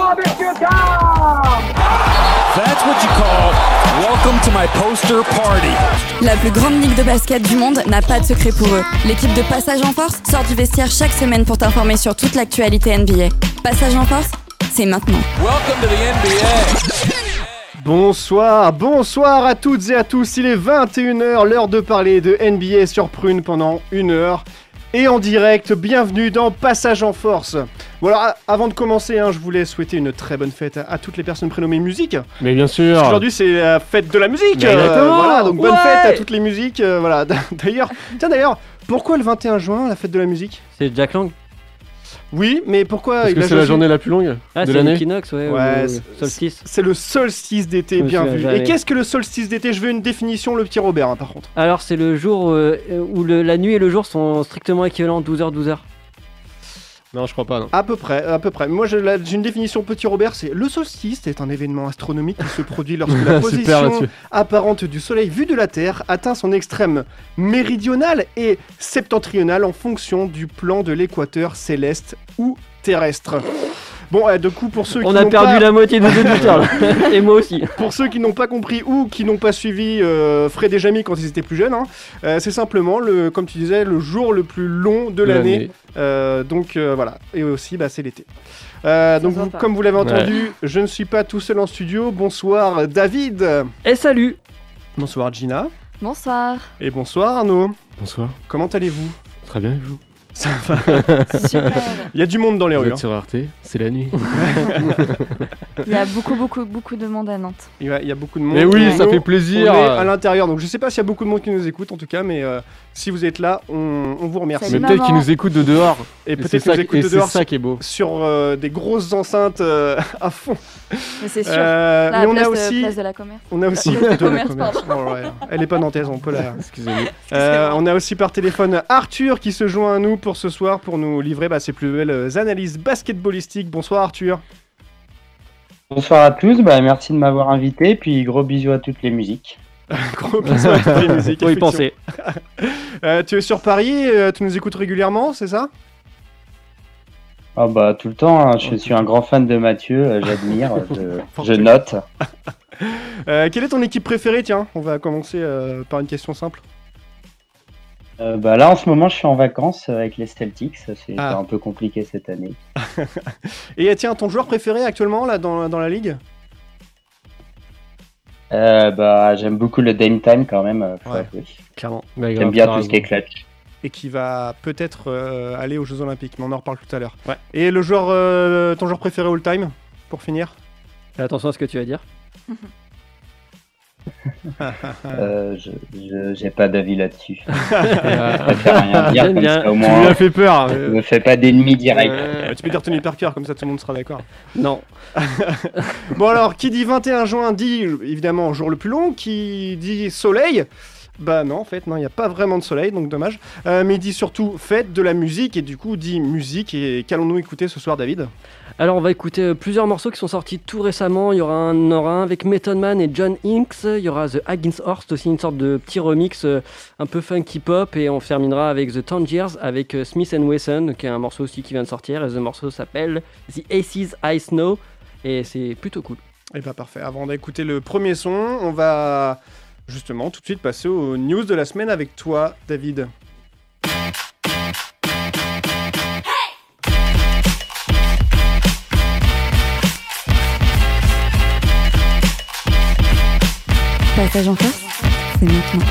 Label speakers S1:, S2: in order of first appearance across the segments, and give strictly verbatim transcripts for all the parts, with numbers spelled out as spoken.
S1: messieurs, dames!
S2: That's what you call welcome to my poster party.
S3: La plus grande ligue de basket du monde n'a pas de secret pour eux. L'équipe de Passage en Force sort du vestiaire chaque semaine pour t'informer sur toute l'actualité N B A. Passage en Force, c'est maintenant.
S2: Welcome to the N B A.
S4: Bonsoir, bonsoir à toutes et à tous. Il est vingt et une heures, l'heure de parler de N B A sur Prune pendant une heure. Et en direct, bienvenue dans Passage en Force. Voilà, avant de commencer, hein, je voulais souhaiter une très bonne fête à, à toutes les personnes prénommées musique.
S5: Mais bien sûr.
S4: Parce qu'aujourd'hui c'est la fête de la musique.
S5: Euh,
S4: voilà, donc bonne
S5: ouais.
S4: fête à toutes les musiques. Euh, voilà. D'ailleurs, tiens d'ailleurs, pourquoi le vingt et un juin, la fête de la musique ?
S6: C'est Jack Lang.
S4: Oui, mais pourquoi
S5: Parce
S4: il
S5: que
S4: a
S5: c'est
S4: choisi...
S5: la journée la plus longue
S6: Ah,
S5: de
S6: c'est
S5: l'année.
S6: l'équinoxe, ouais,
S4: Ouais,
S6: ou
S4: c'est-
S6: solstice.
S4: C'est le solstice d'été,
S6: Je me
S4: bien
S6: souviens
S4: vu.
S6: jamais.
S4: Et qu'est-ce que le solstice d'été ? Je veux une définition, le petit Robert, hein, par contre.
S6: Alors, c'est le jour euh, où le- la nuit et le jour sont strictement équivalents, douze heures, douze heures.
S5: Non, je crois pas, non.
S4: À peu près, à peu près. Moi, j'ai, la- j'ai une définition, petit Robert, c'est le solstice est un événement astronomique qui se produit lorsque la
S5: Super
S4: position
S5: là-dessus.
S4: apparente du Soleil vu de la Terre atteint son extrême méridional et septentrional en fonction du plan de l'équateur céleste ou terrestre. Bon, euh, du coup, pour ceux qui
S6: On a
S4: n'ont
S6: perdu
S4: pas...
S6: la moitié des auditeurs, là. Et moi aussi.
S4: Pour ceux qui n'ont pas compris ou qui n'ont pas suivi euh, Fred et Jamie quand ils étaient plus jeunes, hein, euh, c'est simplement, le, comme tu disais, le jour le plus long de
S5: De
S4: l'année.
S5: l'année.
S4: Euh, donc euh, voilà, et aussi bah, c'est l'été. Euh, donc
S3: se voit
S4: vous-
S3: pas.
S4: comme vous l'avez entendu, je ne suis pas tout seul en studio. Bonsoir David.
S6: Et salut.
S4: Bonsoir Gina.
S3: Bonsoir.
S4: Et bonsoir Arnaud.
S5: Bonsoir.
S4: Comment allez-vous ?
S5: Très bien, et vous ?
S4: Ça va.
S3: Super.
S4: Il y a du monde dans les
S5: Vous
S4: rues.
S5: êtes
S4: hein.
S5: sur Arte, c'est la nuit.
S3: Il y a beaucoup, beaucoup, beaucoup de monde à Nantes.
S4: Il y a, il y a beaucoup de monde.
S5: Mais oui,
S4: Et
S5: ça
S4: nous,
S5: fait plaisir.
S4: On est à l'intérieur, donc je sais pas s'il y a beaucoup de monde qui nous écoute en tout cas, mais euh, si vous êtes là, on, on vous remercie.
S5: Mais
S3: Salut,
S5: peut-être
S3: maman.
S5: qu'ils nous écoutent de dehors.
S4: Et
S5: Et
S4: peut-être
S5: c'est
S4: qu'ils nous
S5: ça,
S4: écoutent
S5: et
S4: de
S5: c'est
S4: dehors
S5: ça qui est beau.
S4: sur euh, des grosses enceintes euh, à fond.
S3: Mais c'est sûr.
S4: Euh,
S3: Là,
S4: mais on
S3: place
S4: a
S3: de-
S4: aussi,
S3: place de la commerce.
S4: on a aussi
S3: Place de
S4: de la
S3: commerce,
S4: commerce. Oh, ouais. Elle est pas nantaise, on peut la.
S5: Excusez-moi.
S4: Euh, on a aussi par téléphone Arthur qui se joint à nous pour ce soir pour nous livrer bah, ses plus belles analyses basketballistiques. Bonsoir Arthur.
S7: Bonsoir à tous, bah, merci de m'avoir invité, puis gros bisous à toutes les musiques.
S4: Gros bisous à toutes les musiques.
S6: Faut y
S4: effectivement.
S6: penser.
S4: Euh, tu es sur Paris, euh, tu nous écoutes régulièrement, c'est ça ?
S7: Ah bah tout le temps, hein, je suis un grand fan de Mathieu, euh, j'admire, je, je note.
S4: Euh, Quelle est ton équipe préférée ? Tiens, on va commencer euh, par une question simple.
S7: Euh, bah là en ce moment je suis en vacances avec les Celtics, c'est
S4: Ah.
S7: un peu compliqué cette année.
S4: Et euh, tiens, ton joueur préféré actuellement là dans, dans la ligue ?
S7: Euh, bah j'aime beaucoup le Dame Time quand même, euh, faut
S4: Ouais.
S7: avouer.
S6: Clairement.
S5: Bah, grave,
S7: J'aime bien
S5: t'as
S7: tout ce qui est
S5: raison.
S7: clutch.
S4: Et qui va peut-être euh, aller aux Jeux Olympiques, mais on en reparle tout à l'heure.
S6: Ouais.
S4: Et le joueur, euh, ton joueur préféré all time pour finir ?
S6: Fais attention à ce que tu vas dire.
S7: Euh, je, je j'ai pas d'avis là-dessus.
S5: Euh,
S7: Je préfère rien dire
S6: J'aime
S7: comme
S6: bien.
S7: ça au
S5: Tu lui
S7: moins.
S5: as fait peur.
S7: Je
S5: euh.
S7: me fais pas d'ennemis directs.
S4: Euh, Tu peux dire Tony Parker, comme ça tout le monde sera d'accord.
S6: Non.
S4: Bon alors, qui dit vingt et un juin dit évidemment jour le plus long, qui dit soleil, bah non en fait, non, il n'y a pas vraiment de soleil, donc dommage. Euh, mais il dit surtout fête de la musique, et du coup dit musique, et qu'allons-nous écouter ce soir David ?
S6: Alors, on va écouter euh, plusieurs morceaux qui sont sortis tout récemment. Il y aura un, il y en aura un avec Method Man et John Inks. Il y aura The Against Horst, aussi une sorte de petit remix euh, un peu funky pop. Et on terminera avec The Tangiers avec euh, Smith and Wesson, qui est un morceau aussi qui vient de sortir. Et ce morceau s'appelle The Aces I Know. Et c'est plutôt cool.
S4: Et bah parfait, avant d'écouter le premier son, on va justement tout de suite passer aux news de la semaine avec toi David.
S3: Passage en Force, c'est maintenant.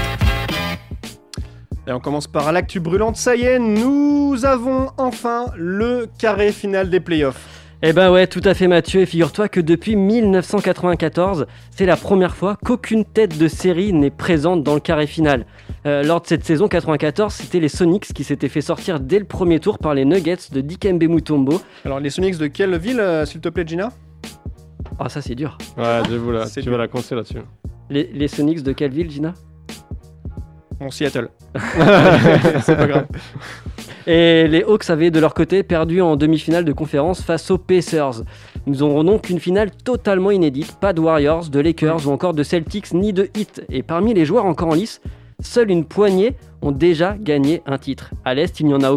S4: Et on commence par l'actu brûlante, ça y est, nous avons enfin le carré final des playoffs.
S6: Eh ben ouais, tout à fait Mathieu, et figure-toi que depuis mille neuf cent quatre-vingt-quatorze, c'est la première fois qu'aucune tête de série n'est présente dans le carré final. Euh, lors de cette saison quatre-vingt-quatorze, c'était les Sonics qui s'étaient fait sortir dès le premier tour par les Nuggets de Dikembe Mutombo.
S4: Alors les Sonics de quelle ville, euh, s'il te plaît Gina ?
S6: Ah ça c'est dur.
S5: Ouais, j'avoue là,
S4: C'est
S5: tu
S4: dur.
S5: vas la coincer là-dessus.
S6: Les, les Sonics de quelle ville, Gina ?
S4: Bon, Seattle. C'est pas grave.
S6: Et les Hawks avaient de leur côté perdu en demi-finale de conférence face aux Pacers. Nous aurons donc une finale totalement inédite, pas de Warriors, de Lakers ou encore de Celtics ni de Heat. Et parmi les joueurs encore en lice, seule une poignée ont déjà gagné un titre. À l'Est, il n'y en a aucun,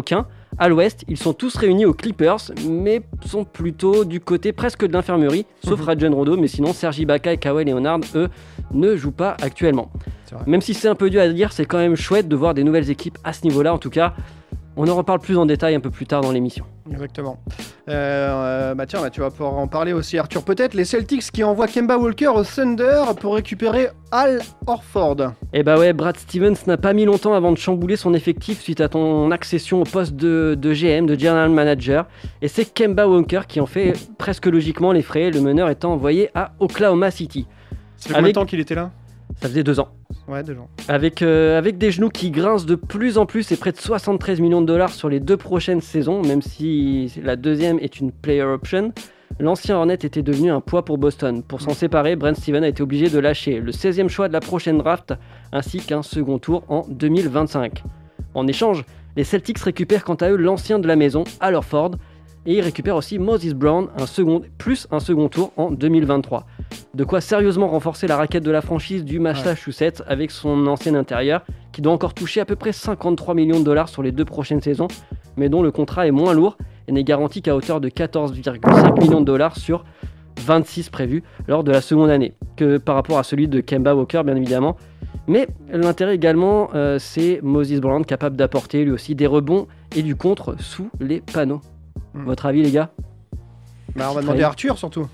S6: À l'ouest, ils sont tous réunis aux Clippers, mais sont plutôt du côté presque de l'infirmerie, sauf
S4: Mhm.
S6: Rajon Rondo, mais sinon Serge Ibaka et Kawhi Leonard, eux, ne jouent pas actuellement.
S4: C'est vrai.
S6: Même si c'est un peu dur à dire, c'est quand même chouette de voir des nouvelles équipes à ce niveau-là. En tout cas, on en reparle plus en détail un peu plus tard dans l'émission.
S4: Exactement. Euh, euh, bah tiens, bah, tu vas pouvoir en parler aussi, Arthur, peut-être. Les Celtics qui envoient Kemba Walker au Thunder pour récupérer Al Horford.
S6: Et bah ouais, Brad Stevens n'a pas mis longtemps avant de chambouler son effectif suite à ton accession au poste de, de G M, de General Manager. Et c'est Kemba Walker qui en fait presque logiquement les frais, le meneur étant envoyé à Oklahoma City.
S4: Ça fait combien
S6: Avec-
S4: de temps qu'il était là?
S6: Ça faisait deux ans.
S4: Ouais, deux ans.
S6: Avec, euh, avec des genoux qui grincent de plus en plus et près de soixante-treize millions de dollars sur les deux prochaines saisons, même si la deuxième est une player option, l'ancien Hornet était devenu un poids pour Boston. Pour s'en séparer, Brent Stevens a été obligé de lâcher le seizième choix de la prochaine draft ainsi qu'un second tour en deux mille vingt-cinq. En échange, les Celtics récupèrent quant à eux l'ancien de la maison, Al Horford, et ils récupèrent aussi Moses Brown, un second, plus un second tour en deux mille vingt-trois. De quoi sérieusement renforcer la raquette de la franchise du Massachusetts avec son ancien intérieur, qui doit encore toucher à peu près cinquante-trois millions de dollars sur les deux prochaines saisons, mais dont le contrat est moins lourd et n'est garanti qu'à hauteur de quatorze virgule cinq millions de dollars sur vingt-six prévus lors de la seconde année, que par rapport à celui de Kemba Walker bien évidemment. Mais l'intérêt également, euh, c'est Moses Brown capable d'apporter lui aussi des rebonds et du contre sous les panneaux.
S4: Hmm.
S6: Votre avis les gars?
S4: Bah, on va demander à Arthur surtout.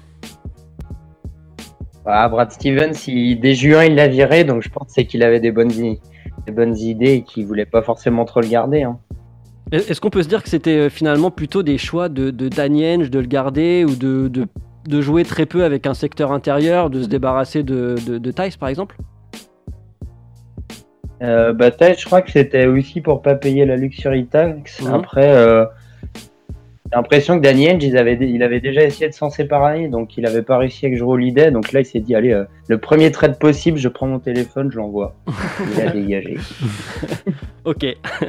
S7: Ah, Brad Stevens, il- dès juin, il l'a viré, donc je pense que c'est qu'il avait des bonnes, i- des bonnes idées et qu'il voulait pas forcément trop le garder. Hein.
S6: Est-ce qu'on peut se dire que c'était euh, finalement plutôt des choix de, de Danny Ainge de le garder ou de, de, de jouer très peu avec un secteur intérieur, de se débarrasser de, de, de Tice par exemple?
S7: Euh, bah, peut-être, je crois que c'était aussi pour pas payer la luxury tax.
S6: Mhm.
S7: Après, euh, j'ai l'impression que Danny Ainge, ils avaient dé- il avait déjà essayé de s'en séparer, donc il avait pas réussi avec Jrue Holiday. Donc là, il s'est dit, allez, euh, le premier trade possible, je prends mon téléphone, je l'envoie. Il a dégagé.
S6: Ok.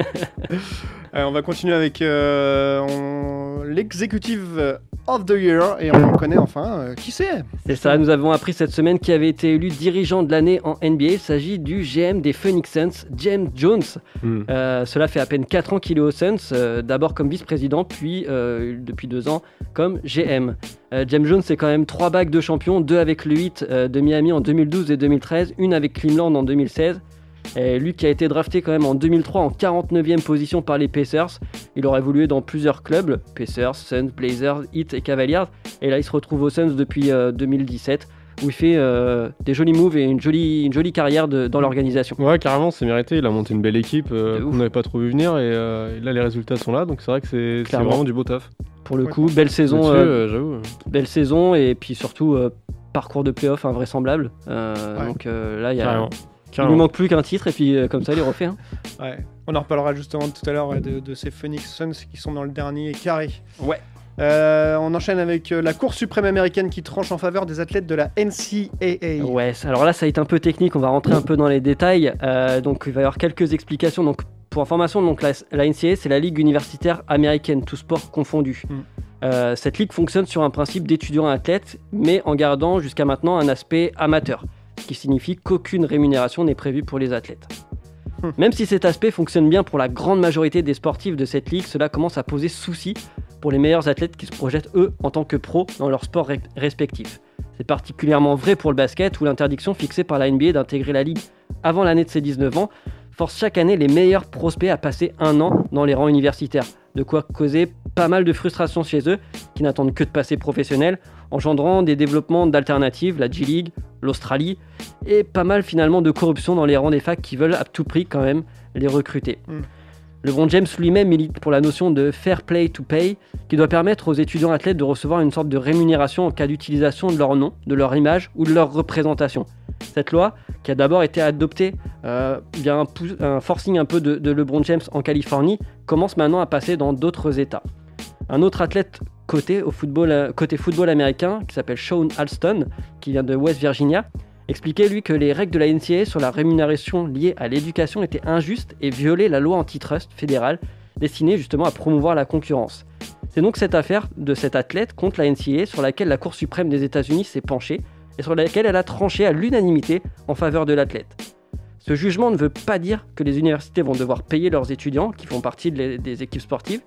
S4: Euh, on va continuer avec euh, on- l'executive of the year et on connaît enfin euh, qui c'est.
S6: C'est ça, nous avons appris cette semaine qui avait été élu dirigeant de l'année en N B A. Il s'agit du G M des Phoenix Suns, James Jones.
S5: Hmm.
S6: Euh, cela fait à peine quatre ans qu'il est aux Suns, euh, d'abord comme vice-président, puis euh, depuis deux ans comme G M. Euh, James Jones, c'est quand même trois bagues de champion, deux avec le Heat euh, de Miami en deux mille douze et deux mille treize, une avec Cleveland en deux mille seize. Et lui qui a été drafté quand même en deux mille trois en quarante-neuvième position par les Pacers. Il aurait évolué dans plusieurs clubs, Pacers, Suns, Blazers, Heat et Cavaliers. Et là il se retrouve aux Suns depuis euh, deux mille dix-sept où il fait euh, des jolis moves et une jolie, une jolie carrière de- dans l'organisation.
S5: Ouais, carrément, c'est mérité. Il a monté une belle équipe euh,
S6: De ouf.
S5: qu'on n'avait pas trop vu venir et, euh, et là les résultats sont là, donc c'est vrai que c'est c'est
S6: Clairement.
S5: vraiment du beau taf.
S6: Pour le
S4: Ouais.
S6: coup, belle saison,
S5: Là-dessus,
S6: euh,
S5: euh, j'avoue.
S6: belle saison et puis surtout euh, parcours de playoff invraisemblable. Euh,
S4: Ouais.
S6: Donc euh, là il y a...
S5: Carrément.
S6: Il
S5: Carrément.
S6: lui manque plus qu'un titre et puis euh, comme ça il est refait. hein.
S4: Ouais. On en reparlera justement tout à l'heure ouais, de, de ces Phoenix Suns qui sont dans le dernier carré.
S6: Ouais.
S4: Euh, on enchaîne avec euh, la Cour suprême américaine qui tranche en faveur des athlètes de la N C A A.
S6: Ouais, ça- alors là ça va être un peu technique, on va rentrer un peu dans les détails. Euh, donc il va y avoir quelques explications. Donc pour information, donc, la, la N C A A c'est la ligue universitaire américaine, tous sports confondus.
S4: Mm.
S6: Euh, cette ligue fonctionne sur un principe d'étudiant athlète, mais en gardant jusqu'à maintenant un aspect amateur, ce qui signifie qu'aucune rémunération n'est prévue pour les athlètes.
S4: Hmm.
S6: Même si cet aspect fonctionne bien pour la grande majorité des sportifs de cette ligue, cela commence à poser souci pour les meilleurs athlètes qui se projettent eux en tant que pros dans leur sport re- respectif. C'est particulièrement vrai pour le basket où l'interdiction fixée par la N B A d'intégrer la ligue avant l'année de ses dix-neuf ans force chaque année les meilleurs prospects à passer un an dans les rangs universitaires, de quoi causer pas mal de frustration chez eux qui n'attendent que de passer professionnels, engendrant des développements d'alternatives, la G-League, l'Australie, et pas mal finalement de corruption dans les rangs des facs qui veulent à tout prix quand même les recruter.
S4: Mm.
S6: LeBron James lui-même milite pour la notion de fair play to pay, qui doit permettre aux étudiants athlètes de recevoir une sorte de rémunération en cas d'utilisation de leur nom, de leur image ou de leur représentation. Cette loi, qui a d'abord été adoptée euh, via un, pou- un forcing un peu de, de LeBron James en Californie, commence maintenant à passer dans d'autres États. Un autre athlète côté, au football, euh, côté football américain, qui s'appelle Sean Alston, qui vient de West Virginia, expliquait lui que les règles de la N C A A sur la rémunération liée à l'éducation étaient injustes et violaient la loi antitrust fédérale destinée justement à promouvoir la concurrence. C'est donc cette affaire de cet athlète contre la N C A A sur laquelle la Cour suprême des États-Unis s'est penchée et sur laquelle elle a tranché à l'unanimité en faveur de l'athlète. Ce jugement ne veut pas dire que les universités vont devoir payer leurs étudiants qui font partie de les- des équipes sportives,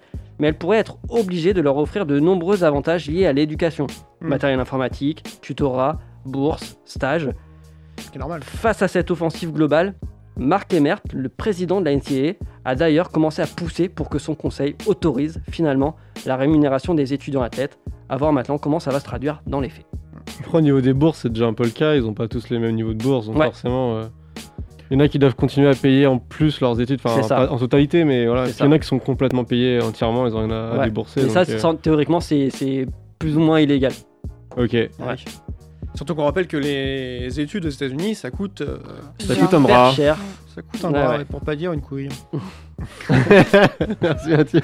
S6: mais elle pourrait être obligée de leur offrir de nombreux avantages liés à l'éducation. Mmh. Matériel informatique, tutorat, bourse, stage.
S4: C'est normal.
S6: Face à cette offensive globale, Mark Emmert, le président de la N C A A, a d'ailleurs commencé à pousser pour que son conseil autorise finalement la rémunération des étudiants athlètes. À voir maintenant comment ça va se traduire dans les faits.
S5: Après, au niveau des bourses, c'est déjà un peu le cas. Ils n'ont pas tous les mêmes niveaux de bourse, donc
S6: ouais.
S5: forcément... Euh... Il y en a qui doivent continuer à payer en plus leurs études, enfin pas en totalité, mais voilà. Il y en a qui sont complètement payés entièrement, ils ont rien à, ouais. à débourser.
S6: Et
S5: donc,
S6: ça,
S5: euh...
S6: théoriquement, c'est, c'est plus ou moins illégal.
S5: Ok. Ouais.
S4: Surtout qu'on rappelle que les études aux États-Unis, ça coûte. Euh,
S5: ça coûte un bras.
S6: Cher.
S4: Ça coûte un ouais, bras, ouais. pour pas dire une couille.
S5: Merci Mathieu.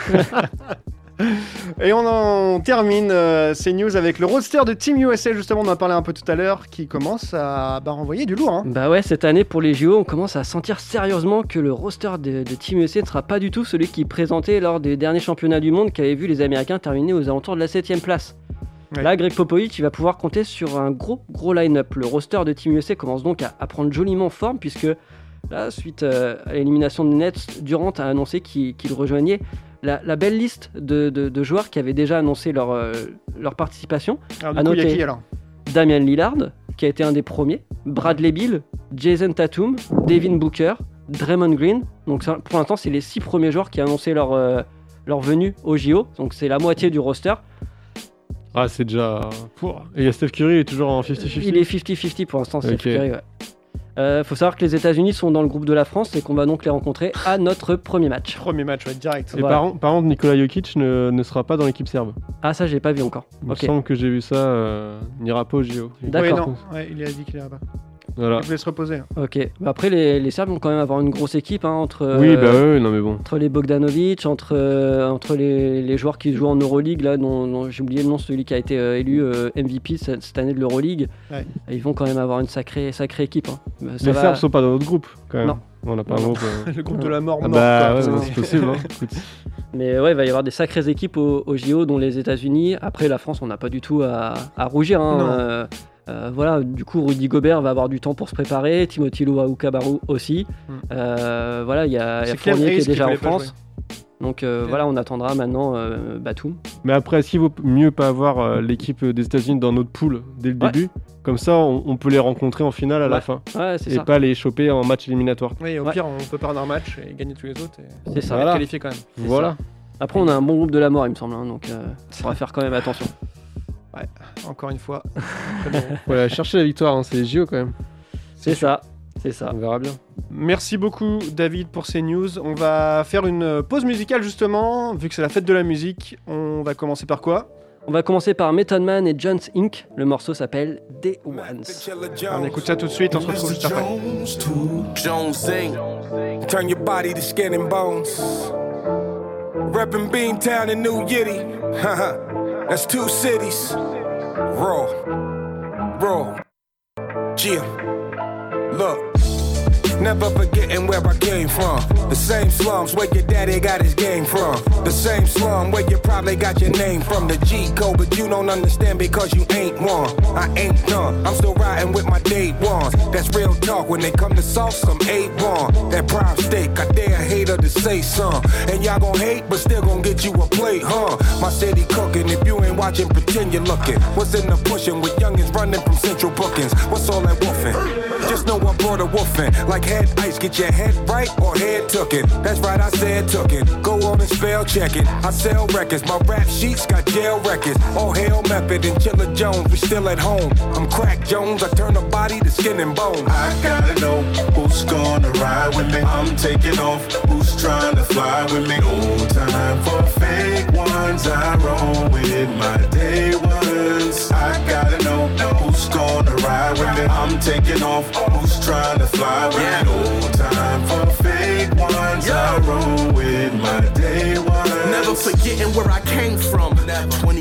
S4: Et on en termine euh, ces news avec le roster de Team U S A, justement, on en a parlé un peu tout à l'heure, qui commence à bah, renvoyer du lourd. Hein.
S6: Bah ouais, cette année pour les J O, on commence à sentir sérieusement que le roster de, de Team U S A ne sera pas du tout celui qui est présenté lors des derniers championnats du monde qui avait vu les Américains terminer aux alentours de la septième place. Ouais. Là, Greg Popovich, il va pouvoir compter sur un gros gros line-up. Le roster de Team U S A commence donc à, à prendre joliment forme puisque là, suite euh, à l'élimination de Nets, Durant a annoncé qu'il, qu'il rejoignait La, la belle liste de, de, de joueurs qui avaient déjà annoncé leur, euh, leur participation.
S4: Alors, du coup, il y a qui alors ?
S6: Damian Lillard, qui a été un des premiers, Bradley Beal, Jason Tatum, Devin Booker, Draymond Green. Donc ça, pour l'instant, c'est les six premiers joueurs qui ont annoncé leur, euh, leur venue au J O. Donc c'est la moitié du roster.
S5: Ah, c'est déjà... Et il y a Steph Curry, il est toujours en cinquante cinquante.
S6: Il est cinquante cinquante pour l'instant, Steph
S5: okay.
S6: Curry, ouais. Euh, faut savoir que les États-Unis sont dans le groupe de la France et qu'on va donc les rencontrer à notre premier match.
S4: Premier match, ouais, direct.
S5: Et
S6: voilà.
S5: par, par contre, Nikola Jokic ne, ne sera pas dans l'équipe serbe.
S6: Ah, ça, j'ai pas vu encore.
S5: Il
S6: okay.
S5: me semble que j'ai vu ça. Euh, il n'ira pas au J O.
S6: D'accord.
S4: Ouais, non, ouais, il a dit qu'il n'ira pas.
S5: Voilà.
S4: Il voulait se reposer.
S6: Ok. Bah après, les, les Serbes vont quand même avoir une grosse équipe hein, entre.
S5: Oui,
S6: euh,
S5: bah oui, non mais bon.
S6: Entre les Bogdanovic, entre euh, entre les, les joueurs qui jouent en Euroleague là, dont, dont j'ai oublié le nom, celui qui a été euh, élu euh, M V P cette, cette année de l'Euroleague. Ouais. Ils vont quand même avoir une sacrée sacrée équipe. Hein. Ça
S5: les
S6: va...
S5: Serbes sont pas dans notre groupe quand même.
S6: Non.
S5: On n'a pas un groupe. Euh...
S4: le groupe de la mort.
S5: Ah
S4: mort
S5: bah
S4: quoi,
S5: ouais, c'est possible. Hein.
S6: Mais ouais, il va y avoir des sacrées équipes au, au J O, dont les États-Unis. Après, la France, on n'a pas du tout à, à rougir. Hein. Euh, euh, voilà, du coup, Rudy Gobert va avoir du temps pour se préparer. Timothy Luwawu-Cabarrot aussi. Mm. Euh, voilà, il y a, y a Fournier qui est déjà en France. Donc euh, okay. voilà, on attendra maintenant euh, Batum.
S5: Mais après, est-ce qu'il vaut mieux pas avoir euh, l'équipe des États-Unis dans notre pool dès le ouais. début ? Comme ça, on, on peut les rencontrer en finale à
S6: ouais.
S5: la fin.
S6: Ouais, c'est
S5: et
S6: ça.
S5: pas les choper en match éliminatoire.
S4: Oui, au
S6: ouais.
S4: pire, on peut perdre un match et gagner tous les autres. Et
S6: c'est ça.
S4: Voilà. Qualifier quand même.
S6: C'est
S5: voilà.
S6: Ça. Après, on a un bon groupe de la mort, il me semble. Hein, donc, euh, on va faire quand même attention.
S4: Ouais, encore une fois.
S5: Voilà, chercher la victoire, hein, c'est les J O quand même.
S6: C'est, c'est ça. C'est ça.
S5: On verra bien.
S4: Merci beaucoup David pour ces news. On va faire une pause musicale justement, vu que c'est la fête de la musique. On va commencer par quoi ?
S6: On va commencer par Method Man et Jones Incorporated. Le morceau s'appelle Day Ones.
S4: On écoute ça tout de suite, on se retrouve juste après.
S8: Jones Incorporated. Turn your body to skin and bones. Reppin' Beantown and New Yiddy. That's two cities. Raw. Raw. Yeah. Look, never forgetting where I came from. The same slums where your daddy got his game from. The same slum where you probably got your name from. The G code, but you don't understand because you ain't one. I ain't done. I'm still riding with my day ones. That's real talk. When they come to sauce, I'm A one. That prime steak, I dare a hater to say some. And y'all gon' hate, but still gon' get you a plate, huh? My city cooking. If you ain't watching, pretend you're looking. What's in the pushing with youngins running from central bookings? What's all that woofing? Just know I brought a woofing. Like head ice, get your head right or head took it. That's right, I said took it. Go on and spell check it. I sell records, my rap sheets got jail records. All hail Method and Chilla Jones, we still at home. I'm Crack Jones, I turn a body to skin and bone.
S9: I gotta know who's gonna ride with me. I'm taking off, who's trying to fly with me. No time for fake ones, I roll with my day ones. I gotta know who's gonna ride with me. I'm taking off, who's trying to fly with
S8: yeah.
S9: me. No time for fake ones, yeah. I roll with my day ones.
S8: Never forgetting where I came from. twenty years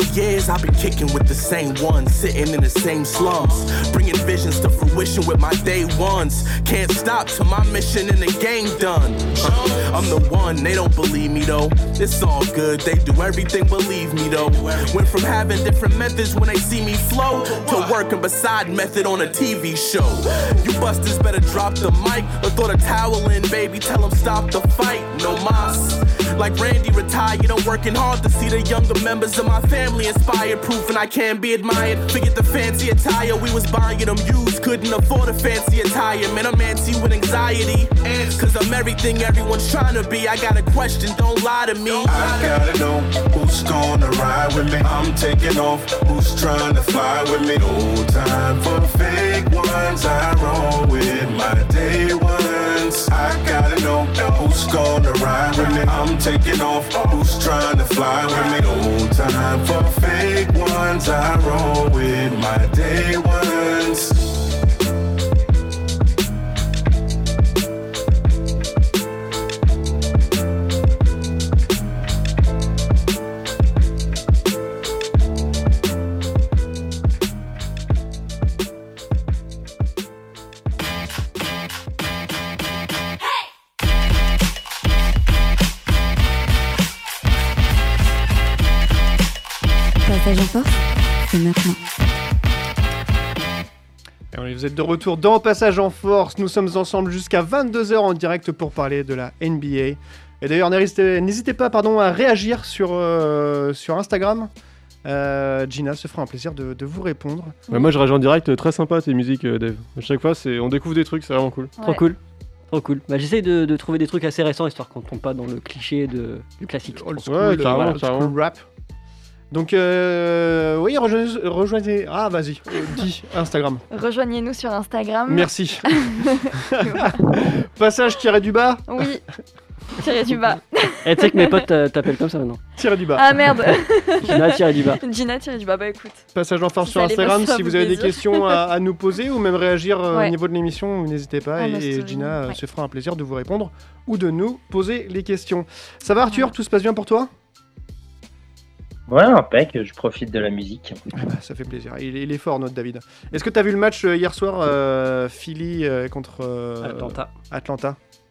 S8: Cause I've been kicking with the same ones, sitting in the same slums, bringing visions to fruition with my day ones. Can't stop till my mission in the game done. uh, I'm the one, they don't believe me though. It's all good, they do everything, believe me though. Went from having different methods when they see me flow to working beside method on a T V show. You busters better drop the mic or throw the towel in, baby, tell them stop the fight. No mas. Like Randy retired, I'm working hard to see the younger members of my family inspired, proof and I can be admired. Forget the fancy attire, we was buying them used, couldn't afford a fancy attire. Man, I'm antsy with anxiety, cause I'm everything everyone's trying to be. I got a question, don't lie to me.
S9: I gotta know who's gonna ride with me. I'm taking off, who's trying to fly with me. No time for fake ones, I roll with my day ones. I gotta know who's gonna ride with me. I'm taking off, who's trying to fly with me. No time for fake ones, I roll with my day ones.
S3: Passage en force, c'est maintenant.
S4: Et oui, vous êtes de retour dans Passage en force. Nous sommes ensemble jusqu'à vingt-deux heures en direct pour parler de la N B A. Et d'ailleurs, n'hésitez, n'hésitez pas pardon, à réagir sur, euh, sur Instagram. Euh, Gina se fera un plaisir de, de vous répondre.
S5: Ouais, moi, je réagis en direct. Très sympa tes musiques, Dave. À chaque fois, c'est... on découvre des trucs, c'est vraiment cool.
S6: Ouais. Trop cool. Trop cool. Bah, j'essaye de, de trouver des trucs assez récents, histoire qu'on ne tombe pas dans le cliché de, du classique.
S4: Old school,
S5: ouais, carrément,
S4: voilà,
S5: carrément.
S4: Old school rap. Donc, euh, oui, rejoignez, rejoignez... Ah, vas-y, euh, dis Instagram.
S10: Rejoignez-nous sur Instagram.
S4: Merci. Passage tiré du bas.
S10: Oui, tiré du bas.
S6: Et tu sais que mes potes t'appellent comme ça maintenant.
S4: Tiré du bas.
S10: Ah merde.
S6: Gina tiré du bas.
S10: Gina tiré du bas, bah écoute.
S4: Passage en force sur Instagram, si vous avez des questions à, à nous poser ou même réagir euh, ouais. au niveau de l'émission, n'hésitez pas ah, et, et Gina ouais. se fera un plaisir de vous répondre ou de nous poser les questions. Ça va Arthur, tout se passe bien pour toi ?
S7: Ouais, impec, je profite de la musique.
S4: Ah bah, ça fait plaisir, il est, il est fort notre David. Est-ce que tu as vu le match euh, hier soir, euh, Philly euh, contre euh,
S6: Atlanta.
S4: Atlanta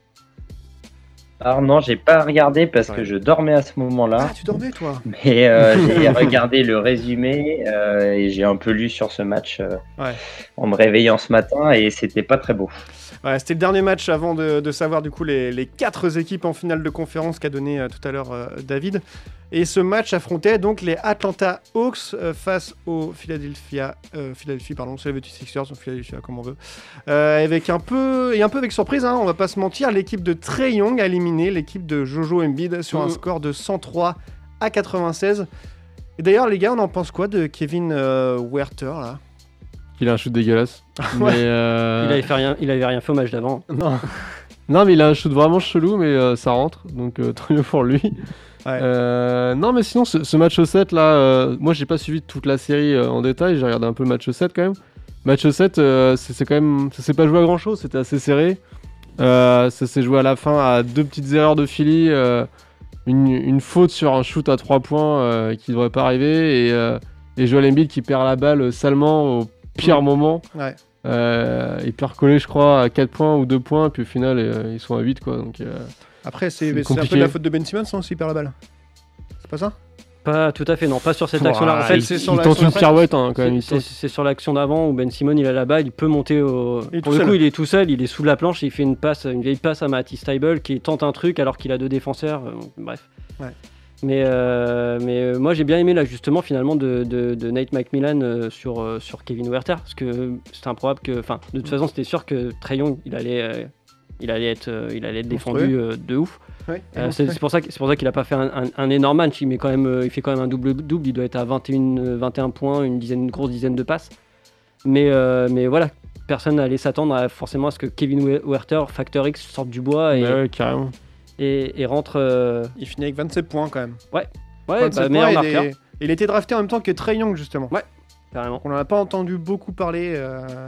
S7: Alors non, j'ai pas regardé parce ouais. que je dormais à ce moment-là.
S4: Ah, tu dormais toi ?
S7: Mais euh, j'ai regardé le résumé euh, et j'ai un peu lu sur ce match euh, ouais. en me réveillant ce matin et c'était pas très beau.
S4: Ouais, c'était le dernier match avant de, de savoir du coup les, les quatre équipes en finale de conférence qu'a donné euh, tout à l'heure euh, David. Et ce match affrontait donc les Atlanta Hawks euh, face aux Philadelphia, euh, Philadelphie, pardon, soixante-dix Sixers, ou Philadelphia comme on veut. Euh, avec un peu, et un peu avec surprise, hein, on va pas se mentir, l'équipe de Trae Young a éliminé l'équipe de Jojo Embiid sur mmh. un score de cent trois à quatre-vingt-seize. Et d'ailleurs les gars, on en pense quoi de Kevin euh, Huerter là ?
S5: Il a un shoot dégueulasse.
S4: ouais.
S5: mais euh...
S6: il, avait fait rien, il avait rien fait au match d'avant.
S5: Non. non, mais il a un shoot vraiment chelou, mais euh, ça rentre. Donc, euh, tant mieux pour lui. Ouais. Euh, non, mais sinon, ce, ce match sept, là, euh, moi, j'ai pas suivi toute la série euh, en détail. J'ai regardé un peu le match sept quand même. Match sept, euh, c'est, c'est quand même. Ça s'est pas joué à grand chose. C'était assez serré. Euh, ça s'est joué à la fin à deux petites erreurs de Philly. Euh, une, une faute sur un shoot à trois points euh, qui devrait pas arriver. Et, euh, et Joel Embiid qui perd la balle salement au pire moment.
S4: Ouais.
S5: Euh, il peut recoller, je crois, à quatre points ou deux points, puis au final, euh, ils sont à huit, quoi. Donc, euh,
S4: après, c'est, c'est, c'est un peu de la faute de Ben Simmons, non, s'il perd la balle. C'est pas ça ?
S6: Pas tout à fait, non, pas sur cette oh, action-là. En fait,
S5: il,
S6: c'est
S5: il tente une pirouette, hein, quand même.
S6: C'est, c'est, c'est sur l'action d'avant où Ben Simmons, il a la balle, il peut monter au... Pour le coup, il est tout seul, il est sous la planche et il fait une passe, une vieille passe à Matisse Thybulle qui tente un truc alors qu'il a deux défenseurs. Euh, bref. Ouais. Mais, euh, mais euh, moi j'ai bien aimé l'ajustement finalement de, de, de Nate McMillan euh, sur, euh, sur Kevin Huerter parce que c'était improbable que, enfin de toute façon c'était sûr que Trae Young il allait, euh, il allait être, euh, il allait être défendu euh, de ouf. Ouais, euh, c'est, c'est, pour ça, c'est pour ça qu'il a pas fait un, un, un énorme match, il, met quand même, euh, il fait quand même un double-double, il doit être à vingt et un, vingt et un points, une, dizaine, une grosse dizaine de passes. Mais, euh, mais voilà, personne n'allait s'attendre à, forcément à ce que Kevin Huerter, Factor X, sorte du bois et...
S5: Ouais, carrément.
S6: Et, et rentre. Euh...
S4: Il finit avec vingt-sept points quand même.
S6: Ouais, ouais, bah, meilleur marqueur.
S4: Et il était drafté en même temps que Trae Young justement.
S6: Ouais, carrément.
S4: On n'en a pas entendu beaucoup parler euh,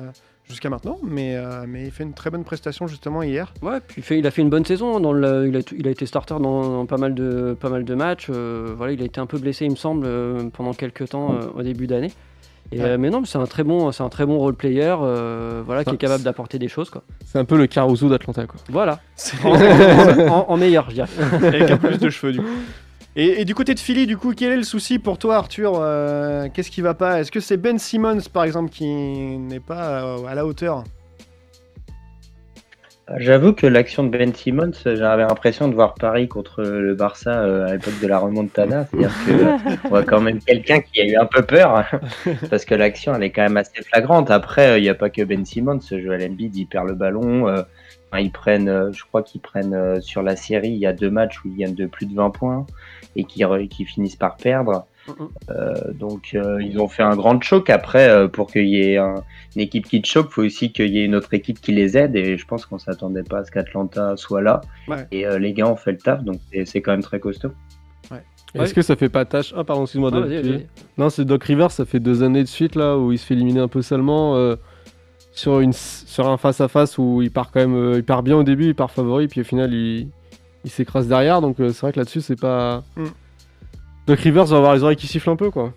S4: jusqu'à maintenant, mais, euh, mais il fait une très bonne prestation justement hier.
S6: Ouais, puis il, fait, il a fait une bonne saison. Dans le, il, a, il a été starter dans, dans pas, mal de, pas mal de matchs. Euh, voilà, il a été un peu blessé, il me semble, euh, pendant quelques temps euh, au début d'année. Et, ouais. euh, mais non, mais c'est un très bon, c'est un très bon role player, euh, voilà, qui est capable d'apporter des choses, quoi.
S5: C'est un peu le Caruso d'Atlanta, quoi.
S6: Voilà. En, en, en, en meilleur, je dirais.
S4: Avec un peu plus de cheveux, du coup. Et, et du côté de Philly, du coup, quel est le souci pour toi, Arthur euh, Qu'est-ce qui va pas? Est-ce que c'est Ben Simmons, par exemple, qui n'est pas euh, à la hauteur?
S7: J'avoue que l'action de Ben Simmons, j'avais l'impression de voir Paris contre le Barça euh, à l'époque de la remontada. C'est-à-dire qu'on voit quand même quelqu'un qui a eu un peu peur, parce que l'action, elle est quand même assez flagrante. Après, il n'y a pas que Ben Simmons. Joel Embiid, il perd le ballon. Euh, ils prennent, euh, je crois qu'ils prennent euh, sur la série, il y a deux matchs où ils gagnent de plus de vingt points et qui, qui finissent par perdre. Euh, donc euh, ils ont fait un grand choc. Après, euh, pour qu'il y ait un, une équipe qui te choque, il faut aussi qu'il y ait une autre équipe qui les aide, et je pense qu'on s'attendait pas à ce qu'Atlanta soit là. Ouais. Et euh, les gars ont fait le taf, donc c'est, c'est quand même très costaud.
S5: Ouais. Est-ce ouais. que ça fait pas tâche? Ah pardon, excuse-moi. Ah, vas-y, vas-y. Non, c'est Doc Rivers, ça fait deux années de suite là où il se fait éliminer un peu salement euh, sur, une, sur un face-à-face où il part quand même, euh, il part bien au début, il part favori, puis au final il, il s'écrase derrière, donc euh, c'est vrai que là-dessus c'est pas... Mm. Doc Rivers va avoir les oreilles qui sifflent un peu, quoi.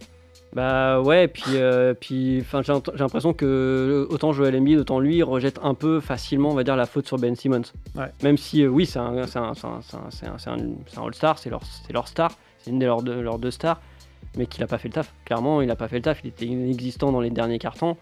S6: Bah ouais, puis, euh, puis j'ai, j'ai l'impression que autant Joel Embiid, autant lui, il rejette un peu facilement, on va dire, la faute sur Ben Simmons. Ouais. Même si, euh, oui, c'est un, c'est un, c'est un, c'est un, c'est un, c'est un, c'est un All-Star, c'est leur, c'est leur star, c'est une de leurs deux, leurs deux stars, mais qu'il a pas fait le taf. Clairement, il a pas fait le taf, il était inexistant dans les derniers cartons.